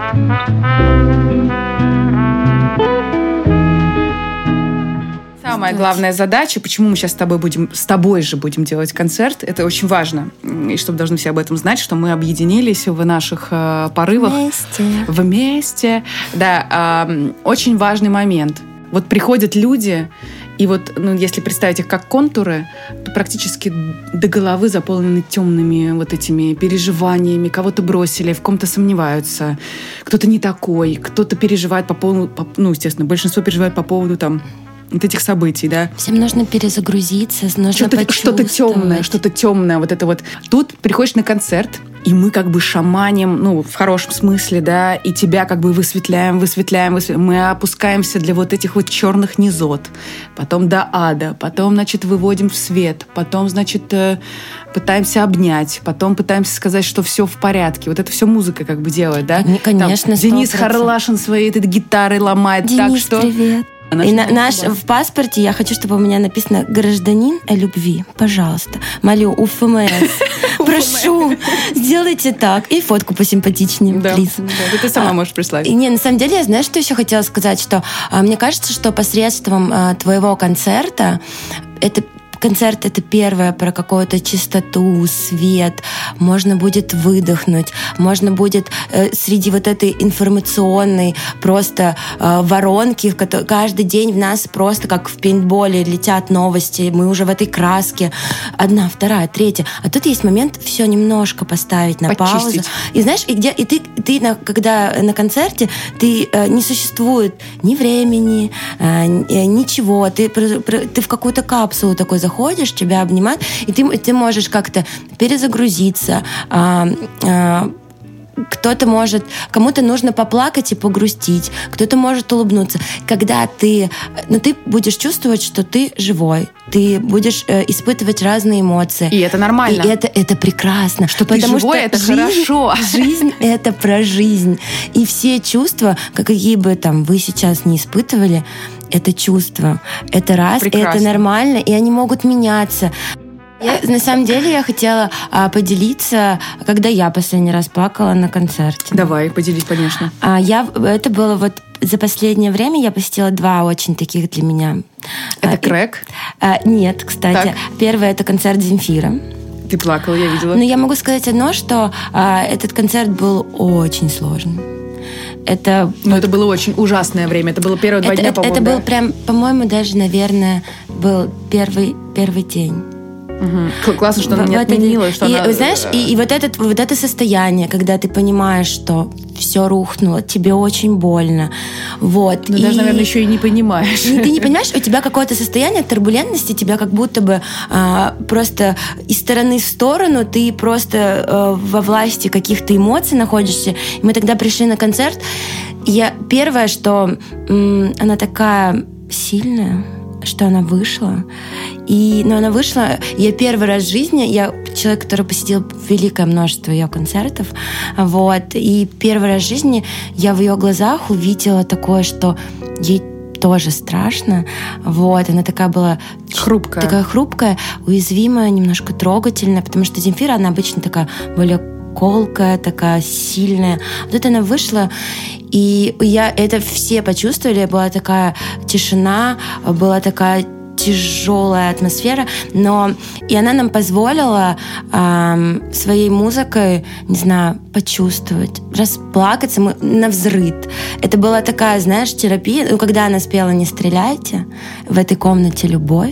Speaker 2: Самое главная задача, почему мы сейчас с тобой будем, с тобой же будем делать концерт, это очень важно. И чтобы должны все об этом знать, что мы объединились в наших э, порывах.
Speaker 3: Вместе.
Speaker 2: Вместе. Да, э, очень важный момент. Вот приходят люди, и вот, ну, если представить их как контуры, то практически до головы заполнены темными вот этими переживаниями. Кого-то бросили, в ком-то сомневаются. Кто-то не такой, кто-то переживает по поводу... По, ну, естественно, большинство переживает по поводу там вот этих событий, да.
Speaker 3: Всем нужно перезагрузиться, нужно
Speaker 2: что-то,
Speaker 3: почувствовать.
Speaker 2: Что-то темное, что-то темное. Вот это вот. Тут приходишь на концерт, и мы как бы шаманим, ну, в хорошем смысле, да, и тебя как бы высветляем, высветляем, высветляем. Мы опускаемся для вот этих вот черных низот, потом до ада, потом, значит, выводим в свет, потом, значит, пытаемся обнять, потом пытаемся сказать, что все в порядке. Вот это все музыка как бы делает, да?
Speaker 3: Конечно,
Speaker 2: там Денис Харлашин своей этой гитарой ломает.
Speaker 3: Денис,
Speaker 2: так что...
Speaker 3: привет. И на, наш в паспорте я хочу, чтобы у меня написано «Гражданин о любви». Пожалуйста. Молю, УФМС. Прошу, сделайте так. И фотку посимпатичнее,
Speaker 2: да,
Speaker 3: плиз.
Speaker 2: Да, ты сама можешь прислать.
Speaker 3: И не, на самом деле, я знаешь, что еще хотела сказать? Что а, мне кажется, что посредством а, твоего концерта это концерт — это первое про какую-то чистоту, свет. Можно будет выдохнуть. Можно будет э, среди вот этой информационной просто э, воронки, который, каждый день в нас просто как в пейнтболе летят новости. Мы уже в этой краске. Одна, вторая, третья. А тут есть момент все немножко поставить на
Speaker 2: Почистить.
Speaker 3: паузу. И знаешь, и, где, и ты, ты на, когда на концерте, ты э, не существует ни времени, э, ничего. Ты, ты в какую-то капсулу такой заходишь, заходишь, тебя обнимают, и ты, ты можешь как-то перезагрузиться. А, а, кто-то может, кому-то нужно поплакать и погрустить, кто-то может улыбнуться. Когда ты, ну, ты будешь чувствовать, что ты живой, ты будешь э, испытывать разные эмоции.
Speaker 2: И это нормально.
Speaker 3: И это, это прекрасно.
Speaker 2: Что ты живой, что это
Speaker 3: жизнь,
Speaker 2: хорошо.
Speaker 3: Жизнь — это про жизнь. И все чувства, какие бы там вы сейчас не испытывали, это чувство. Это раз,
Speaker 2: прекрасно.
Speaker 3: Это нормально, и они могут меняться. Я, на самом деле я хотела а, поделиться, когда я последний раз плакала на концерте.
Speaker 2: Давай, поделись, конечно.
Speaker 3: А, я, это было вот за последнее время я посетила два очень таких для меня.
Speaker 2: Это
Speaker 3: а,
Speaker 2: Крэк?
Speaker 3: А, нет, кстати.
Speaker 2: Так.
Speaker 3: Первый — это концерт Земфира.
Speaker 2: Ты плакала, я видела.
Speaker 3: Но я могу сказать одно, что а, этот концерт был очень сложным. Это,
Speaker 2: Но это было очень ужасное время. Это было первые два
Speaker 3: это,
Speaker 2: дня,
Speaker 3: это,
Speaker 2: по-моему,
Speaker 3: это
Speaker 2: да?
Speaker 3: был прям, по-моему, даже, наверное, был первый, первый день.
Speaker 2: Угу. Классно, что она не отменила. Что
Speaker 3: и,
Speaker 2: она...
Speaker 3: знаешь, и, и вот, этот, вот это состояние, когда ты понимаешь, что все рухнуло, тебе очень больно. Вот.
Speaker 2: Ну, и... даже, наверное, еще и не понимаешь.
Speaker 3: И ты не понимаешь, у тебя какое-то состояние турбулентности, тебя как будто бы а, просто из стороны в сторону, ты просто а, во власти каких-то эмоций находишься. И мы тогда пришли на концерт. И я, первое, что м, она такая сильная, что она вышла. И, но она вышла, я первый раз в жизни, я человек, который посетил великое множество ее концертов, вот, и первый раз в жизни я в ее глазах увидела такое, что ей тоже страшно, вот, она такая была
Speaker 2: хрупкая,
Speaker 3: такая хрупкая, уязвимая, немножко трогательная, потому что Земфира, она обычно такая более колкая, такая сильная. Вот это она вышла, и я это все почувствовали, была такая тишина, была такая тяжелая атмосфера, но и она нам позволила э, своей музыкой, не знаю, почувствовать, расплакаться мы навзрыд. Это была такая, знаешь, терапия. Ну, когда она спела «Не стреляйте», в этой комнате любовь,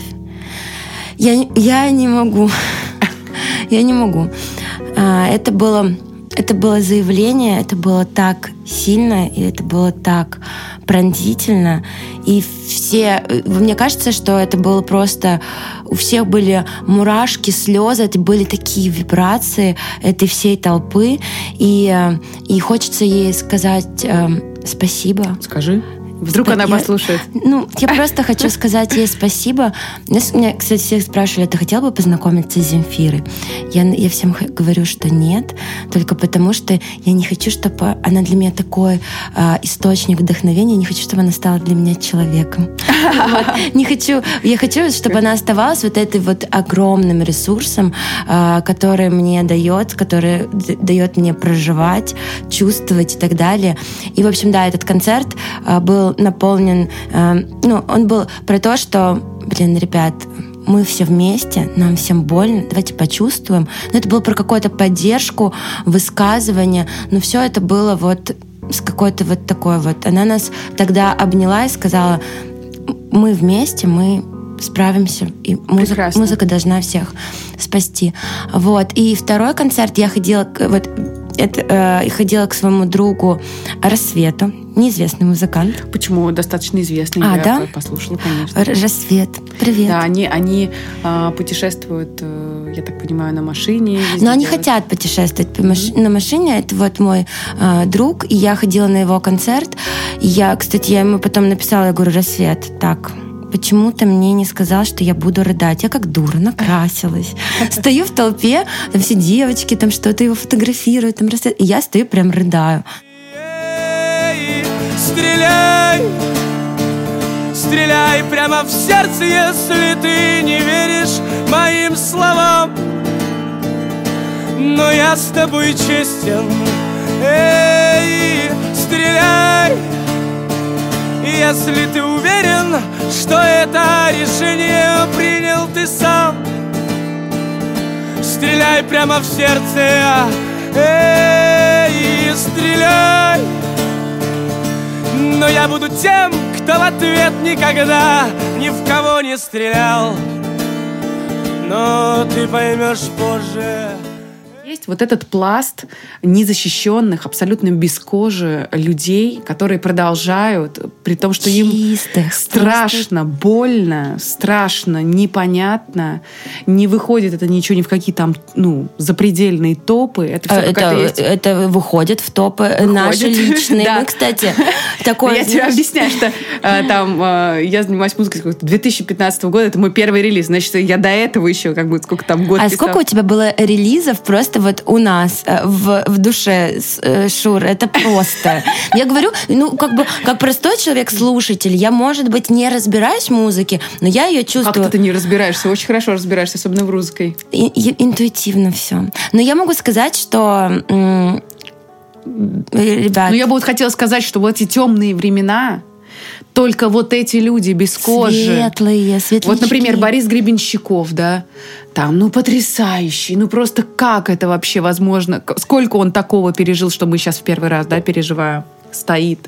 Speaker 3: я, я не могу. Я не могу. Это было, это было заявление, это было так сильно, и это было так пронзительно. И все... Мне кажется, что это было просто... У всех были мурашки, слезы, это были такие вибрации этой всей толпы. И, и хочется ей сказать э, спасибо.
Speaker 2: Скажи. Вдруг она
Speaker 3: я,
Speaker 2: послушает.
Speaker 3: Ну, я просто хочу сказать ей спасибо. Меня, кстати, всех спрашивали, ты хотела бы познакомиться с Земфирой? Я, я всем говорю, что нет, только потому что я не хочу, чтобы она для меня такой э, источник вдохновения, я не хочу, чтобы она стала для меня человеком. Не хочу. Я хочу, чтобы она оставалась вот этой вот огромным ресурсом, который мне дает, который дает мне проживать, чувствовать и так далее. И, в общем, да, этот концерт был наполнен, ну, он был про то, что блин, ребят, мы все вместе, нам всем больно, давайте почувствуем. Но это было про какую-то поддержку, высказывание, но все это было вот с какой-то вот такой вот. Она нас тогда обняла и сказала: мы вместе, мы справимся, и музыка, музыка должна всех спасти. Вот. И второй концерт я ходила, вот, это, э, ходила к своему другу Рассвету, неизвестный музыкант.
Speaker 2: Почему? Достаточно известный.
Speaker 3: А,
Speaker 2: я
Speaker 3: да?
Speaker 2: послушала, конечно.
Speaker 3: Рассвет, привет.
Speaker 2: Да, они, они э, путешествуют, э, я так понимаю, на машине.
Speaker 3: Но они
Speaker 2: делают.
Speaker 3: хотят путешествовать по маш... mm-hmm. на машине. Это вот мой э, друг, и я ходила на его концерт. И я, кстати, я ему потом написала, я говорю: Рассвет, так, почему ты мне не сказал, что я буду рыдать? Я как дура накрасилась. Стою в толпе, там все девочки, там что-то его фотографируют, там Рассвет, и я стою, прям рыдаю.
Speaker 4: Стреляй, стреляй прямо в сердце, если ты не веришь моим словам. Но я с тобой честен. Эй, стреляй, если ты уверен, что это решение принял ты сам. Стреляй прямо в сердце. Эй, стреляй. Но я буду тем, кто в ответ никогда ни в кого не стрелял. Но ты поймешь позже.
Speaker 2: Есть вот этот пласт незащищенных, абсолютно без кожи людей, которые продолжают, при том, что
Speaker 3: Чистых,
Speaker 2: им страшно, просто... больно, страшно, непонятно, не выходит это ничего ни в какие там, ну, запредельные топы. Это все
Speaker 3: это,
Speaker 2: есть.
Speaker 3: Это выходит в топы выходит. Наши личные. Да. Мы, кстати, такое...
Speaker 2: Я тебе объясняю, что там я занимаюсь музыкой с две тысячи пятнадцатого года, это мой первый релиз, значит, я до этого еще, как бы, сколько там год
Speaker 3: А
Speaker 2: писала.
Speaker 3: сколько у тебя было релизов просто вот у нас в, в душе, Шур, это просто. Я говорю, ну, как бы, как простой человек-слушатель, я, может быть, не разбираюсь в музыке, но я ее чувствую.
Speaker 2: Как ты не разбираешься? Очень хорошо разбираешься, особенно в русской.
Speaker 3: И, и, интуитивно все. Но я могу сказать, что... М- ребят...
Speaker 2: Ну, я бы вот хотела сказать, что вот эти темные времена... Только вот эти люди без кожи.
Speaker 3: Светлые, светлячки.
Speaker 2: Вот, например, Борис Гребенщиков, да, там, ну, потрясающий, ну, просто как это вообще возможно? Сколько он такого пережил, что мы сейчас в первый раз, да, переживаем? Стоит.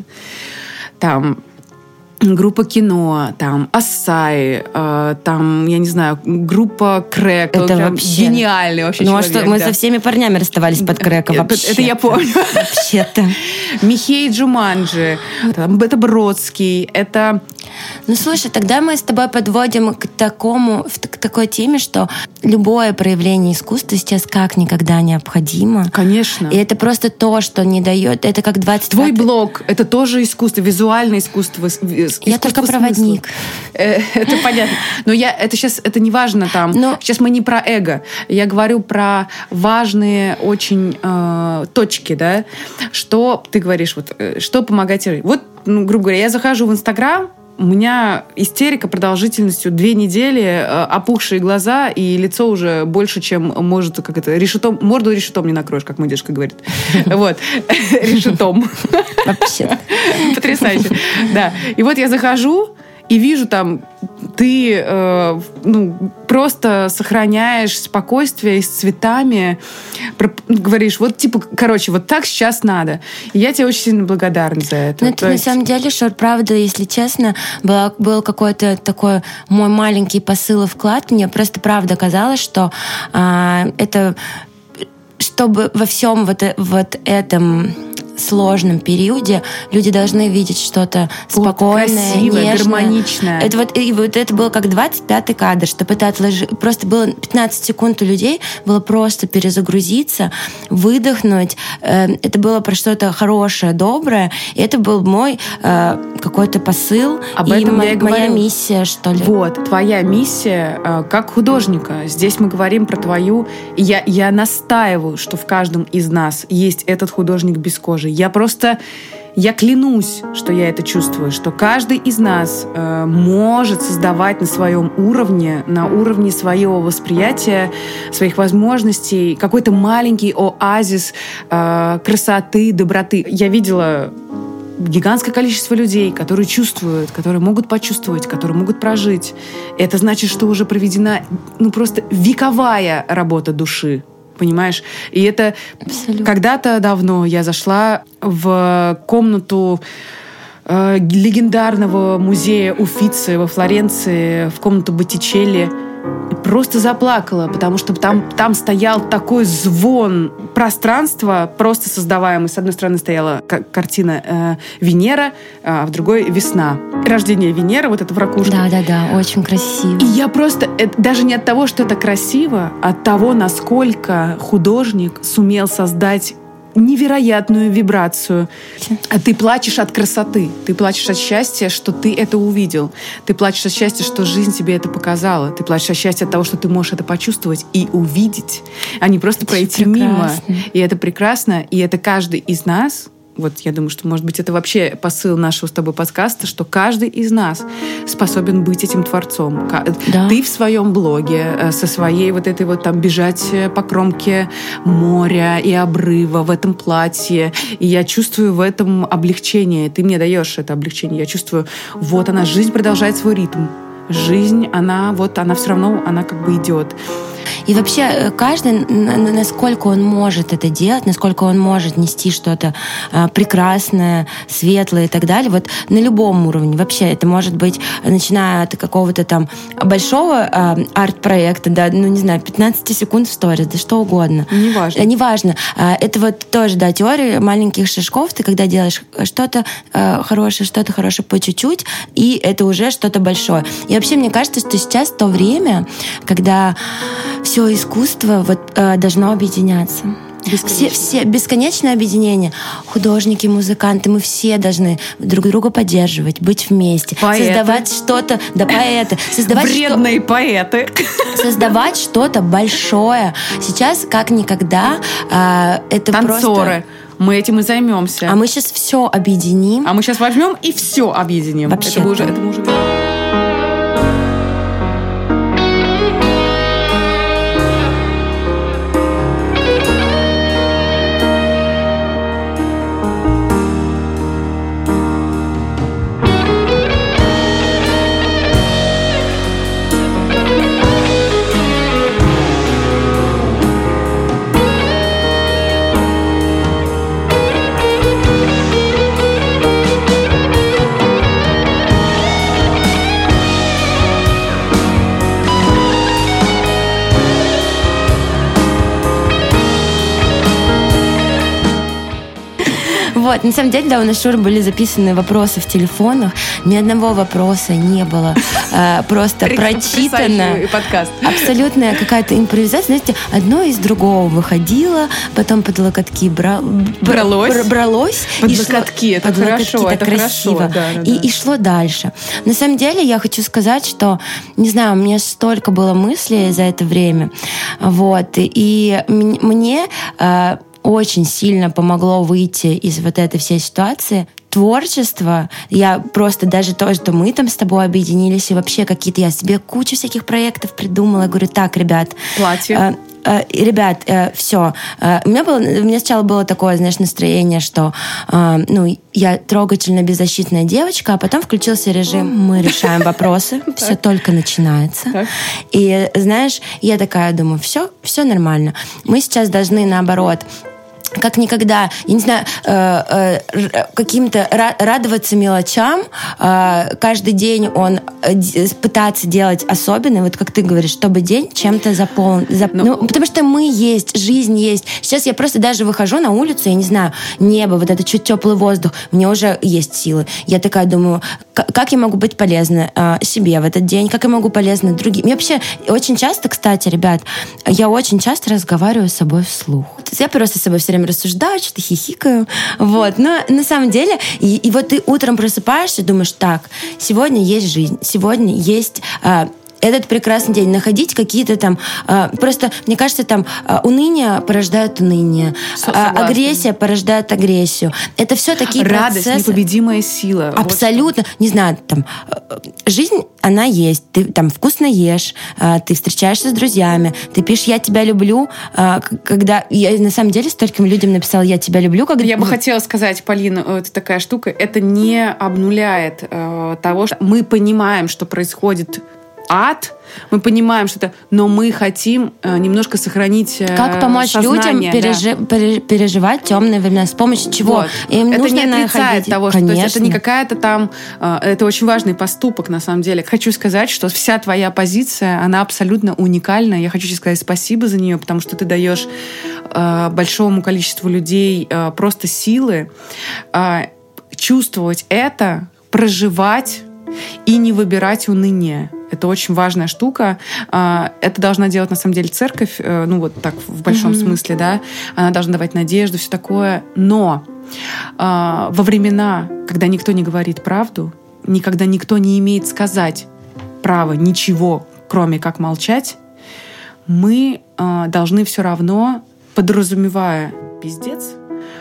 Speaker 2: Там группа Кино, там Ассаи, э, там, я не знаю, группа Крэк.
Speaker 3: Это вообще
Speaker 2: гениальный вообще
Speaker 3: ну,
Speaker 2: человек.
Speaker 3: А что, мы
Speaker 2: да.
Speaker 3: со всеми парнями расставались под Крэком вообще.
Speaker 2: Это, это я помню.
Speaker 3: Вообще-то.
Speaker 2: Михей Джуманджи, это Бродский, это...
Speaker 3: Ну, слушай, тогда мы с тобой подводим к такому, к такой теме, что любое проявление искусства сейчас как никогда необходимо.
Speaker 2: Конечно.
Speaker 3: И это просто то, что не дает... Это как двадцать
Speaker 2: Твой блог — это тоже искусство, визуальное искусство. искусство
Speaker 3: я только проводник.
Speaker 2: Это понятно. Но я, это сейчас, это не важно там. Но... Сейчас мы не про эго. Я говорю про важные очень э, точки, да. Что ты говоришь, вот, что помогать... Вот, ну, грубо говоря, я захожу в Инстаграм, у меня истерика продолжительностью две недели, опухшие глаза, и лицо уже больше, чем может, как это, решетом, морду решетом не накроешь, как мой дедушка говорит. Вот. Решетом.
Speaker 3: Вообще.
Speaker 2: Потрясающе. Да. И вот я захожу, и вижу там, ты э, ну, просто сохраняешь спокойствие и с цветами, про, говоришь, вот типа, короче, вот так сейчас надо. И я тебе очень сильно благодарна за это.
Speaker 3: Ну, это на есть... самом деле, Шур, правда, если честно, была, был какой-то такой мой маленький посыл и вклад. Мне просто правда казалось, что э, это, чтобы во всем вот, вот этом... сложном периоде люди должны видеть что-то спокойное,
Speaker 2: красивое,
Speaker 3: нежное,
Speaker 2: гармоничное.
Speaker 3: Это вот, и вот это было как двадцать пятый кадр, чтобы это отложить. Просто было пятнадцать секунд у людей, было просто перезагрузиться, выдохнуть. Это было про что-то хорошее, доброе. И это был мой э, какой-то посыл.
Speaker 2: Об
Speaker 3: и
Speaker 2: этом
Speaker 3: мо-
Speaker 2: я и
Speaker 3: моя
Speaker 2: говорю.
Speaker 3: миссия, что ли.
Speaker 2: Вот, твоя миссия э, как художника. Здесь мы говорим про твою... Я, я настаиваю, что в каждом из нас есть этот художник без кожи. Я просто, я клянусь, что я это чувствую, что каждый из нас э, может создавать на своем уровне, на уровне своего восприятия, своих возможностей, какой-то маленький оазис э, красоты, доброты. Я видела гигантское количество людей, которые чувствуют, которые могут почувствовать, которые могут прожить. Это значит, что уже проведена ну, просто вековая работа души. Понимаешь? И это Абсолютно. Когда-то давно я зашла в комнату э, легендарного музея Уффици во Флоренции, в комнату Боттичелли, и просто заплакала, потому что там, там стоял такой звон пространства, просто создаваемый. С одной стороны стояла к- картина э, Венера, а в другой Весна. Рождение Венеры, вот это в ракушке.
Speaker 3: Да-да-да, очень красиво.
Speaker 2: И я просто, это, даже не от того, что это красиво, а от того, насколько художник сумел создать невероятную вибрацию. А ты плачешь от красоты. Ты плачешь от счастья, что ты это увидел. Ты плачешь от счастья, что жизнь тебе это показала. Ты плачешь от счастья от того, что ты можешь это почувствовать и увидеть, а не просто это пройти мимо. И это прекрасно. И это каждый из нас... Вот я думаю, что, может быть, это вообще посыл нашего с тобой подкаста, что каждый из нас способен быть этим творцом. Да. Ты в своем блоге со своей вот этой вот там бежать по кромке моря и обрыва в этом платье. И я чувствую в этом облегчение. Ты мне даешь это облегчение. Я чувствую, вот она, жизнь продолжает свой ритм. Жизнь, она вот, она все равно, она как бы идет.
Speaker 3: И вообще каждый, насколько он может это делать, насколько он может нести что-то прекрасное, светлое и так далее, вот на любом уровне. Вообще это может быть, начиная от какого-то там большого арт-проекта, да, ну не знаю, пятнадцать секунд в сторис, да что угодно.
Speaker 2: Неважно.
Speaker 3: Неважно. Это вот тоже, да, теория маленьких шажков. Ты когда делаешь что-то хорошее, что-то хорошее по чуть-чуть, и это уже что-то большое. И вообще мне кажется, что сейчас то время, когда все искусство вот, э, должно объединяться. Все, все бесконечное объединение. Художники, музыканты, мы все должны друг друга поддерживать, быть вместе,
Speaker 2: поэты.
Speaker 3: Создавать что-то, да, поэты, создавать
Speaker 2: вредные
Speaker 3: что...
Speaker 2: поэты,
Speaker 3: создавать что-то большое. Сейчас как никогда э, это
Speaker 2: танцоры.
Speaker 3: Просто...
Speaker 2: Мы этим и займемся.
Speaker 3: А мы сейчас все объединим.
Speaker 2: А мы сейчас возьмем и все объединим.
Speaker 3: Вообще.
Speaker 2: Это мы уже, это мы уже...
Speaker 3: Вот, на самом деле, да, у нас, Шур, были записаны вопросы в телефонах. Ни одного вопроса не было э, просто прочитано.
Speaker 2: Подкаст.
Speaker 3: Абсолютная какая-то импровизация. Знаете, одно из другого выходило, потом под локотки бра...
Speaker 2: бралось.
Speaker 3: Бр... бралось.
Speaker 2: Под локотки, это
Speaker 3: под
Speaker 2: хорошо,
Speaker 3: локотки,
Speaker 2: это
Speaker 3: красиво.
Speaker 2: хорошо. Да, да,
Speaker 3: и,
Speaker 2: да.
Speaker 3: и шло дальше. На самом деле, я хочу сказать, что, не знаю, у меня столько было мыслей за это время. Вот. И мне... Э, очень сильно помогло выйти из вот этой всей ситуации. Творчество, я просто даже то, что мы там с тобой объединились, и вообще какие-то, я себе кучу всяких проектов придумала. Я говорю, так, ребят...
Speaker 2: Платье.
Speaker 3: Э, э, ребят, э, все. Э, у, меня было, у меня сначала было такое, знаешь, настроение, что э, ну, я трогательно беззащитная девочка, а потом включился режим «мы решаем вопросы», все только начинается. И, знаешь, я такая думаю, все, все нормально. Мы сейчас должны, наоборот, как никогда, я не знаю, э, э, каким-то радоваться мелочам, э, каждый день он пытаться делать особенный, вот как ты говоришь, чтобы день чем-то заполнен. Зап... Ну, потому что мы есть, жизнь есть. Сейчас я просто даже выхожу на улицу, я не знаю, небо, вот этот чуть теплый воздух, мне уже есть силы. Я такая думаю, как я могу быть полезна э, себе в этот день, как я могу полезна другим. Я вообще очень часто, кстати, ребят, я очень часто разговариваю с собой вслух. Я просто с собой все время рассуждаю, что-то хихикаю. Вот. Но на самом деле, и, и вот ты утром просыпаешься, думаешь, так, сегодня есть жизнь, сегодня есть... Э, этот прекрасный день, находить какие-то там... Э, просто, мне кажется, там э, уныние порождает уныние, э, агрессия порождает агрессию. Это все такие
Speaker 2: Радость,
Speaker 3: процессы.
Speaker 2: непобедимая сила.
Speaker 3: Абсолютно. Вот. Не знаю, там, жизнь, она есть. Ты там вкусно ешь, э, ты встречаешься с друзьями, ты пишешь «я тебя люблю», э, когда... Я на самом деле стольким людям написала «я тебя люблю». Когда...
Speaker 2: Я бы хотела сказать, Полина, это такая штука, это не обнуляет э, того, что мы понимаем, что происходит ад, мы понимаем, что это, но мы хотим э, немножко сохранить э,
Speaker 3: как помочь
Speaker 2: сознание,
Speaker 3: людям пережи,
Speaker 2: да.
Speaker 3: пере, переживать темные времена, с помощью чего?
Speaker 2: Вот.
Speaker 3: Им
Speaker 2: это
Speaker 3: нужно
Speaker 2: не отрицает
Speaker 3: находить...
Speaker 2: того, что
Speaker 3: Конечно.
Speaker 2: то есть это не какая-то там... Э, это очень важный поступок, на самом деле. Хочу сказать, что вся твоя позиция, она абсолютно уникальна. Я хочу тебе сказать спасибо за нее, потому что ты даешь э, большому количеству людей э, просто силы э, чувствовать это, проживать и не выбирать уныние. Это очень важная штука. Это должна делать, на самом деле, церковь, ну вот так в большом mm-hmm. смысле, да. Она должна давать надежду, все такое. Но во времена, когда никто не говорит правду, никогда никто не имеет сказать права ничего, кроме как молчать, мы должны все равно, подразумевая пиздец,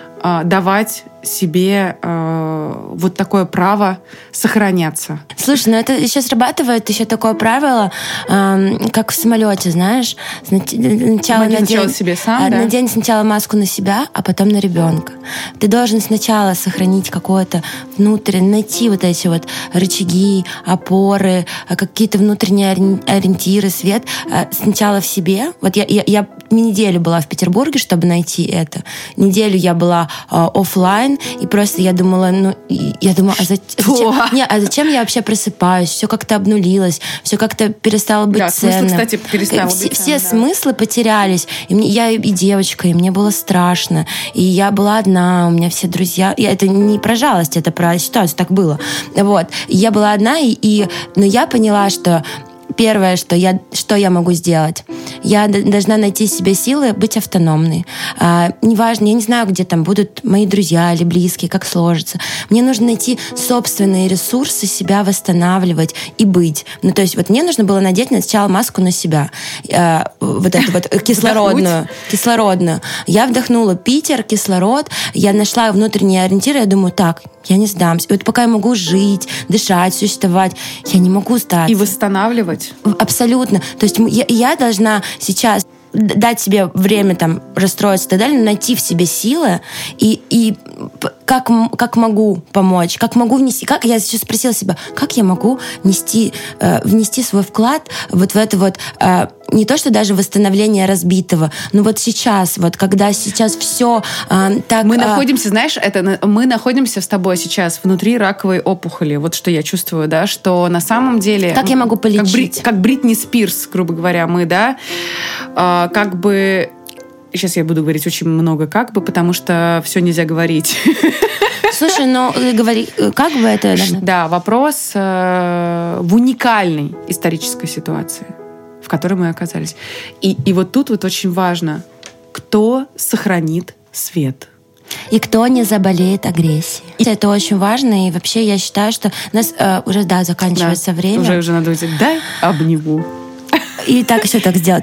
Speaker 2: давать себе э, вот такое право сохраняться.
Speaker 3: Слушай, ну это еще срабатывает еще такое правило, э, как в самолете, знаешь, сначала
Speaker 2: надень,
Speaker 3: надень,
Speaker 2: себе сам, да?
Speaker 3: надень сначала маску на себя, а потом на ребенка. Ты должен сначала сохранить какое-то внутреннее, найти вот эти вот рычаги, опоры, какие-то внутренние ориентиры, свет сначала в себе. Вот я, я, я неделю была в Петербурге, чтобы найти это. Неделю я была э, офлайн, и просто я думала, ну, я думала, а зачем, не, а зачем я вообще просыпаюсь? Все как-то обнулилось, все как-то перестало быть
Speaker 2: да,
Speaker 3: ценным.
Speaker 2: Смысл, кстати, перестал
Speaker 3: все,
Speaker 2: быть
Speaker 3: все
Speaker 2: ценным, да.
Speaker 3: смыслы потерялись. И мне, я и девочка, и мне было страшно. И я была одна, у меня все друзья... Я, это не про жалость, это про ситуацию, так было. Вот. И я была одна, и, и, но я поняла, что первое, что я, что я могу сделать, я должна найти в себе силы быть автономной. А, неважно, я не знаю, где там будут мои друзья или близкие, как сложится. Мне нужно найти собственные ресурсы, себя восстанавливать и быть. Ну, то есть вот мне нужно было надеть сначала маску на себя. А, вот эту вот кислородную. кислородную. Я вдохнула Питер, кислород. Я нашла внутренние ориентиры. Я думаю, так, я не сдамся. И вот пока я могу жить, дышать, существовать, я не могу сдаться.
Speaker 2: И восстанавливать.
Speaker 3: Абсолютно. То есть я, я должна сейчас дать себе время там расстроиться и так далее, найти в себе силы и, и как, как могу помочь, как могу внести, как я сейчас спросила себя, как я могу нести, э, внести свой вклад вот в это вот э, не то, что даже восстановление разбитого, но вот сейчас, вот когда сейчас все э, так...
Speaker 2: Мы
Speaker 3: э,
Speaker 2: находимся, знаешь, это мы находимся с тобой сейчас внутри раковой опухоли. Вот что я чувствую, да, что на самом деле...
Speaker 3: Как я могу полечить?
Speaker 2: Как, Бри, как Бритни Спирс, грубо говоря, мы, да, э, как бы... Сейчас я буду говорить очень много как бы, потому что все нельзя говорить.
Speaker 3: Слушай, ну говори, как бы это...
Speaker 2: Да, вопрос э, в уникальной исторической ситуации, в которой мы оказались. И, и вот тут вот очень важно, кто сохранит свет.
Speaker 3: И кто не заболеет агрессией. Это очень важно, и вообще я считаю, что у нас э, уже, да, заканчивается
Speaker 2: да,
Speaker 3: время.
Speaker 2: Уже, уже надо взять, дай обниму.
Speaker 3: И так еще так сделать.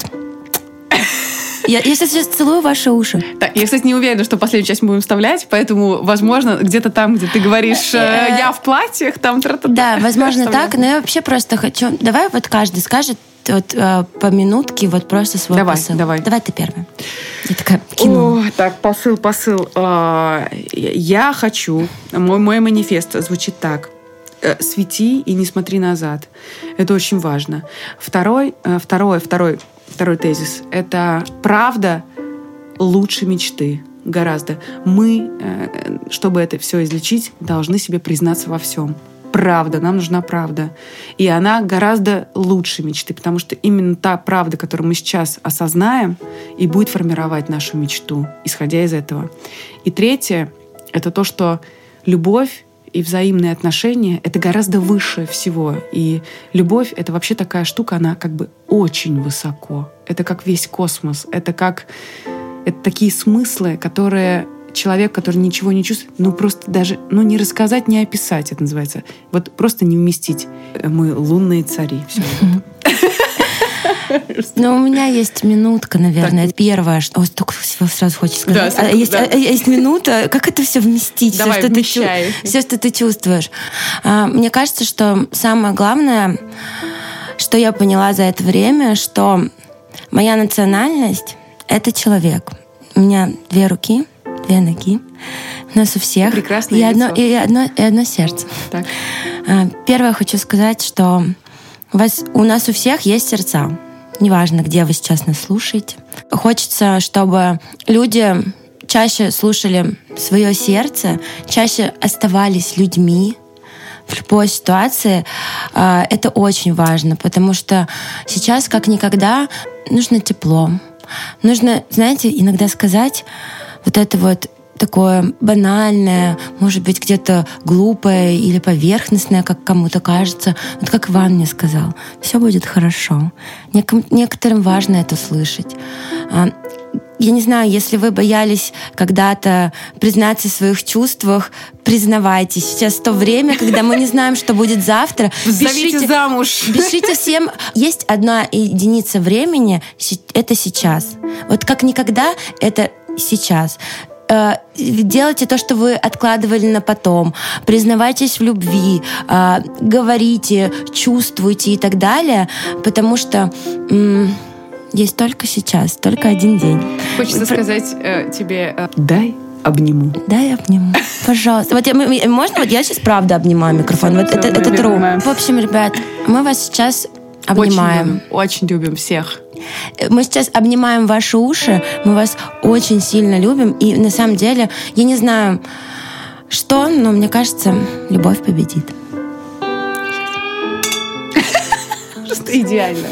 Speaker 3: Я, я сейчас целую ваши уши.
Speaker 2: Так, я, кстати, не уверена, что последнюю часть мы будем вставлять, поэтому, возможно, где-то там, где ты говоришь «я в платьях», там...
Speaker 3: Да, возможно так, но я вообще просто хочу... Давай вот каждый скажет вот, по минутке вот просто свой
Speaker 2: давай,
Speaker 3: посыл.
Speaker 2: Давай,
Speaker 3: давай. ты первая. Я такая кину.
Speaker 2: О, так, посыл, посыл. Я хочу... Мой, мой манифест звучит так. Свети и не смотри назад. Это очень важно. Второй, второй, второй, второй тезис. Это правда лучше мечты. Гораздо. Мы, чтобы это все излечить, должны себе признаться во всем. Правда, нам нужна правда. И она гораздо лучше мечты, потому что именно та правда, которую мы сейчас осознаем, и будет формировать нашу мечту, исходя из этого. И третье — это то, что любовь и взаимные отношения — это гораздо выше всего. И любовь — это вообще такая штука, она как бы очень высоко. Это как весь космос. Это как... Это такие смыслы, которые человек, который ничего не чувствует, ну просто даже, ну не рассказать, не описать, это называется. Вот просто не вместить. Мы лунные цари. Все.
Speaker 3: Ну, у меня есть минутка, наверное. Так. Первое, что... Ой, столько всего сразу хочешь сказать.
Speaker 2: Да,
Speaker 3: а, есть,
Speaker 2: да.
Speaker 3: а, есть минута. Как это все вместить?
Speaker 2: Давай,
Speaker 3: все, что
Speaker 2: вмещай.
Speaker 3: ты, все, что ты чувствуешь. А, мне кажется, что самое главное, что я поняла за это время, что моя национальность — это человек. У меня две руки, две ноги. У нас у всех.
Speaker 2: Прекрасное
Speaker 3: и
Speaker 2: лицо.
Speaker 3: одно, и, одно, и одно сердце.
Speaker 2: Так.
Speaker 3: А, первое, хочу сказать, что у, вас, у нас у всех есть сердца. Неважно, где вы сейчас нас слушаете. Хочется, чтобы люди чаще слушали свое сердце, чаще оставались людьми в любой ситуации. Это очень важно, потому что сейчас, как никогда, нужно тепло. Нужно, знаете, иногда сказать вот это вот такое банальное, может быть, где-то глупое или поверхностное, как кому-то кажется. Вот как Иван мне сказал, все будет хорошо. Некоторым важно это слышать. Я не знаю, если вы боялись когда-то признаться в своих чувствах, признавайтесь. Сейчас то время, когда мы не знаем, что будет завтра.
Speaker 2: Зовите замуж.
Speaker 3: Пишите всем. Есть одна единица времени, это сейчас. Вот как никогда, это сейчас. Делайте то, что вы откладывали на потом. Признавайтесь в любви, говорите, чувствуйте и так далее, потому что м- есть только сейчас, только один день.
Speaker 2: Хочется
Speaker 3: Про...
Speaker 2: сказать э, тебе э, «дай обниму».
Speaker 3: Дай обниму. Пожалуйста. Вот я, можно? Вот я сейчас правда обнимаю микрофон. Вот это, это true. В общем, ребят, мы вас сейчас обнимаем.
Speaker 2: Очень любим, очень любим всех.
Speaker 3: Мы сейчас обнимаем ваши уши, мы вас очень сильно любим. И на самом деле, я не знаю, что, но мне кажется, любовь победит.
Speaker 2: Просто идеально.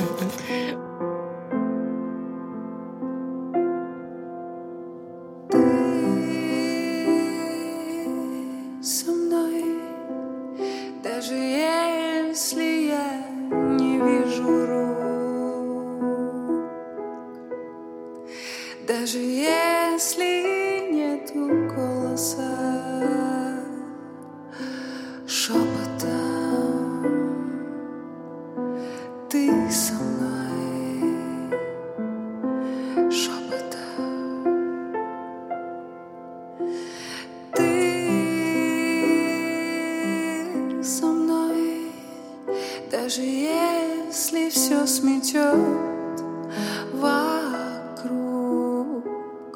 Speaker 1: Со мной, даже если я не вижу рук, даже если нету голоса, шепотом ты со мной, шепотом ты со мной, даже если все сметет вокруг,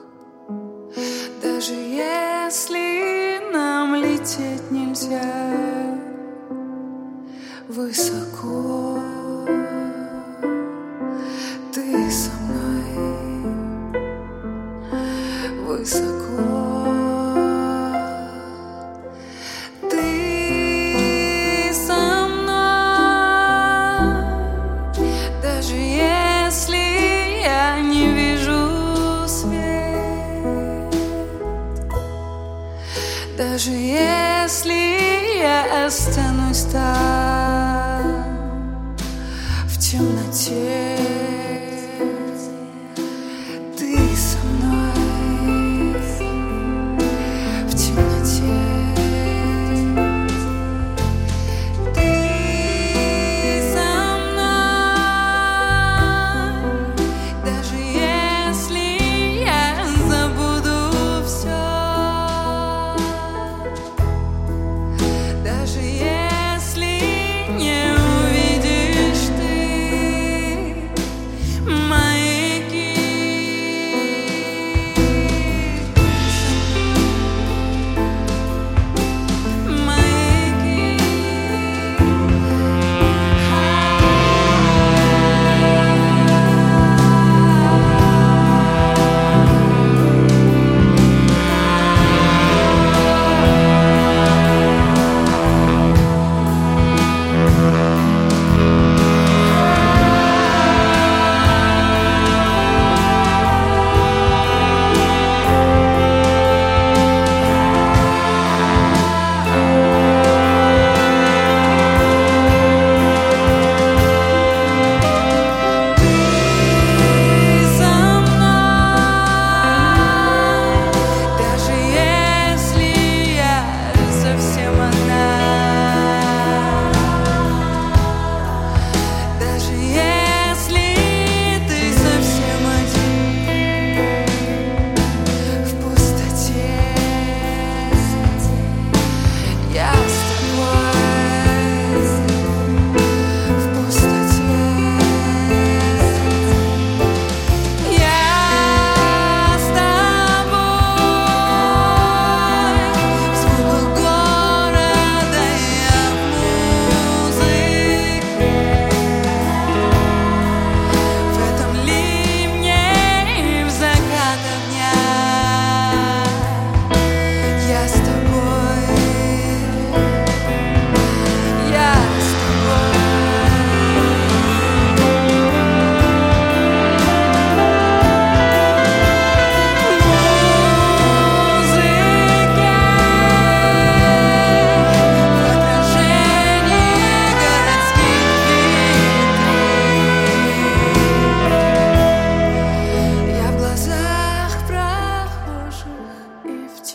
Speaker 1: даже если нам лететь нельзя высоко, ты со мной высоко. Даже если я останусь там в темноте, ты со мной в темноте, ты со мной, даже если я забуду все. Даже если не увидишь ты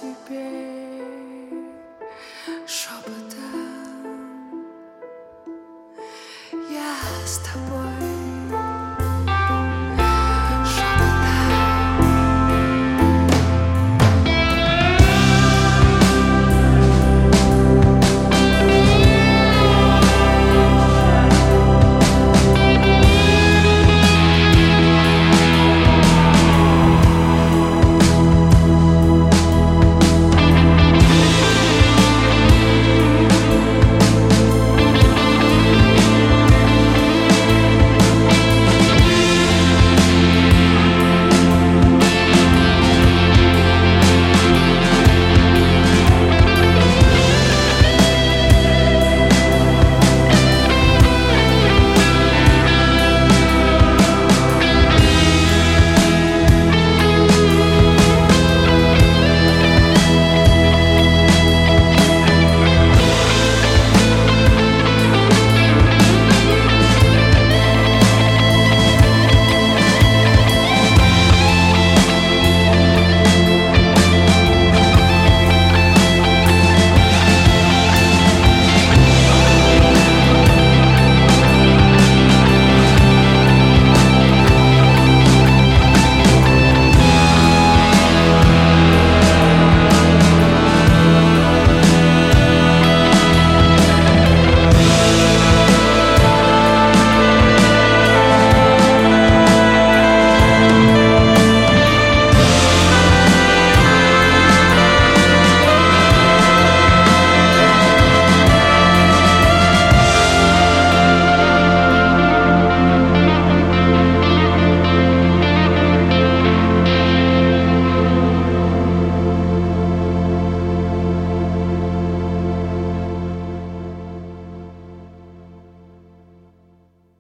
Speaker 1: тебе шепотом. Я с тобой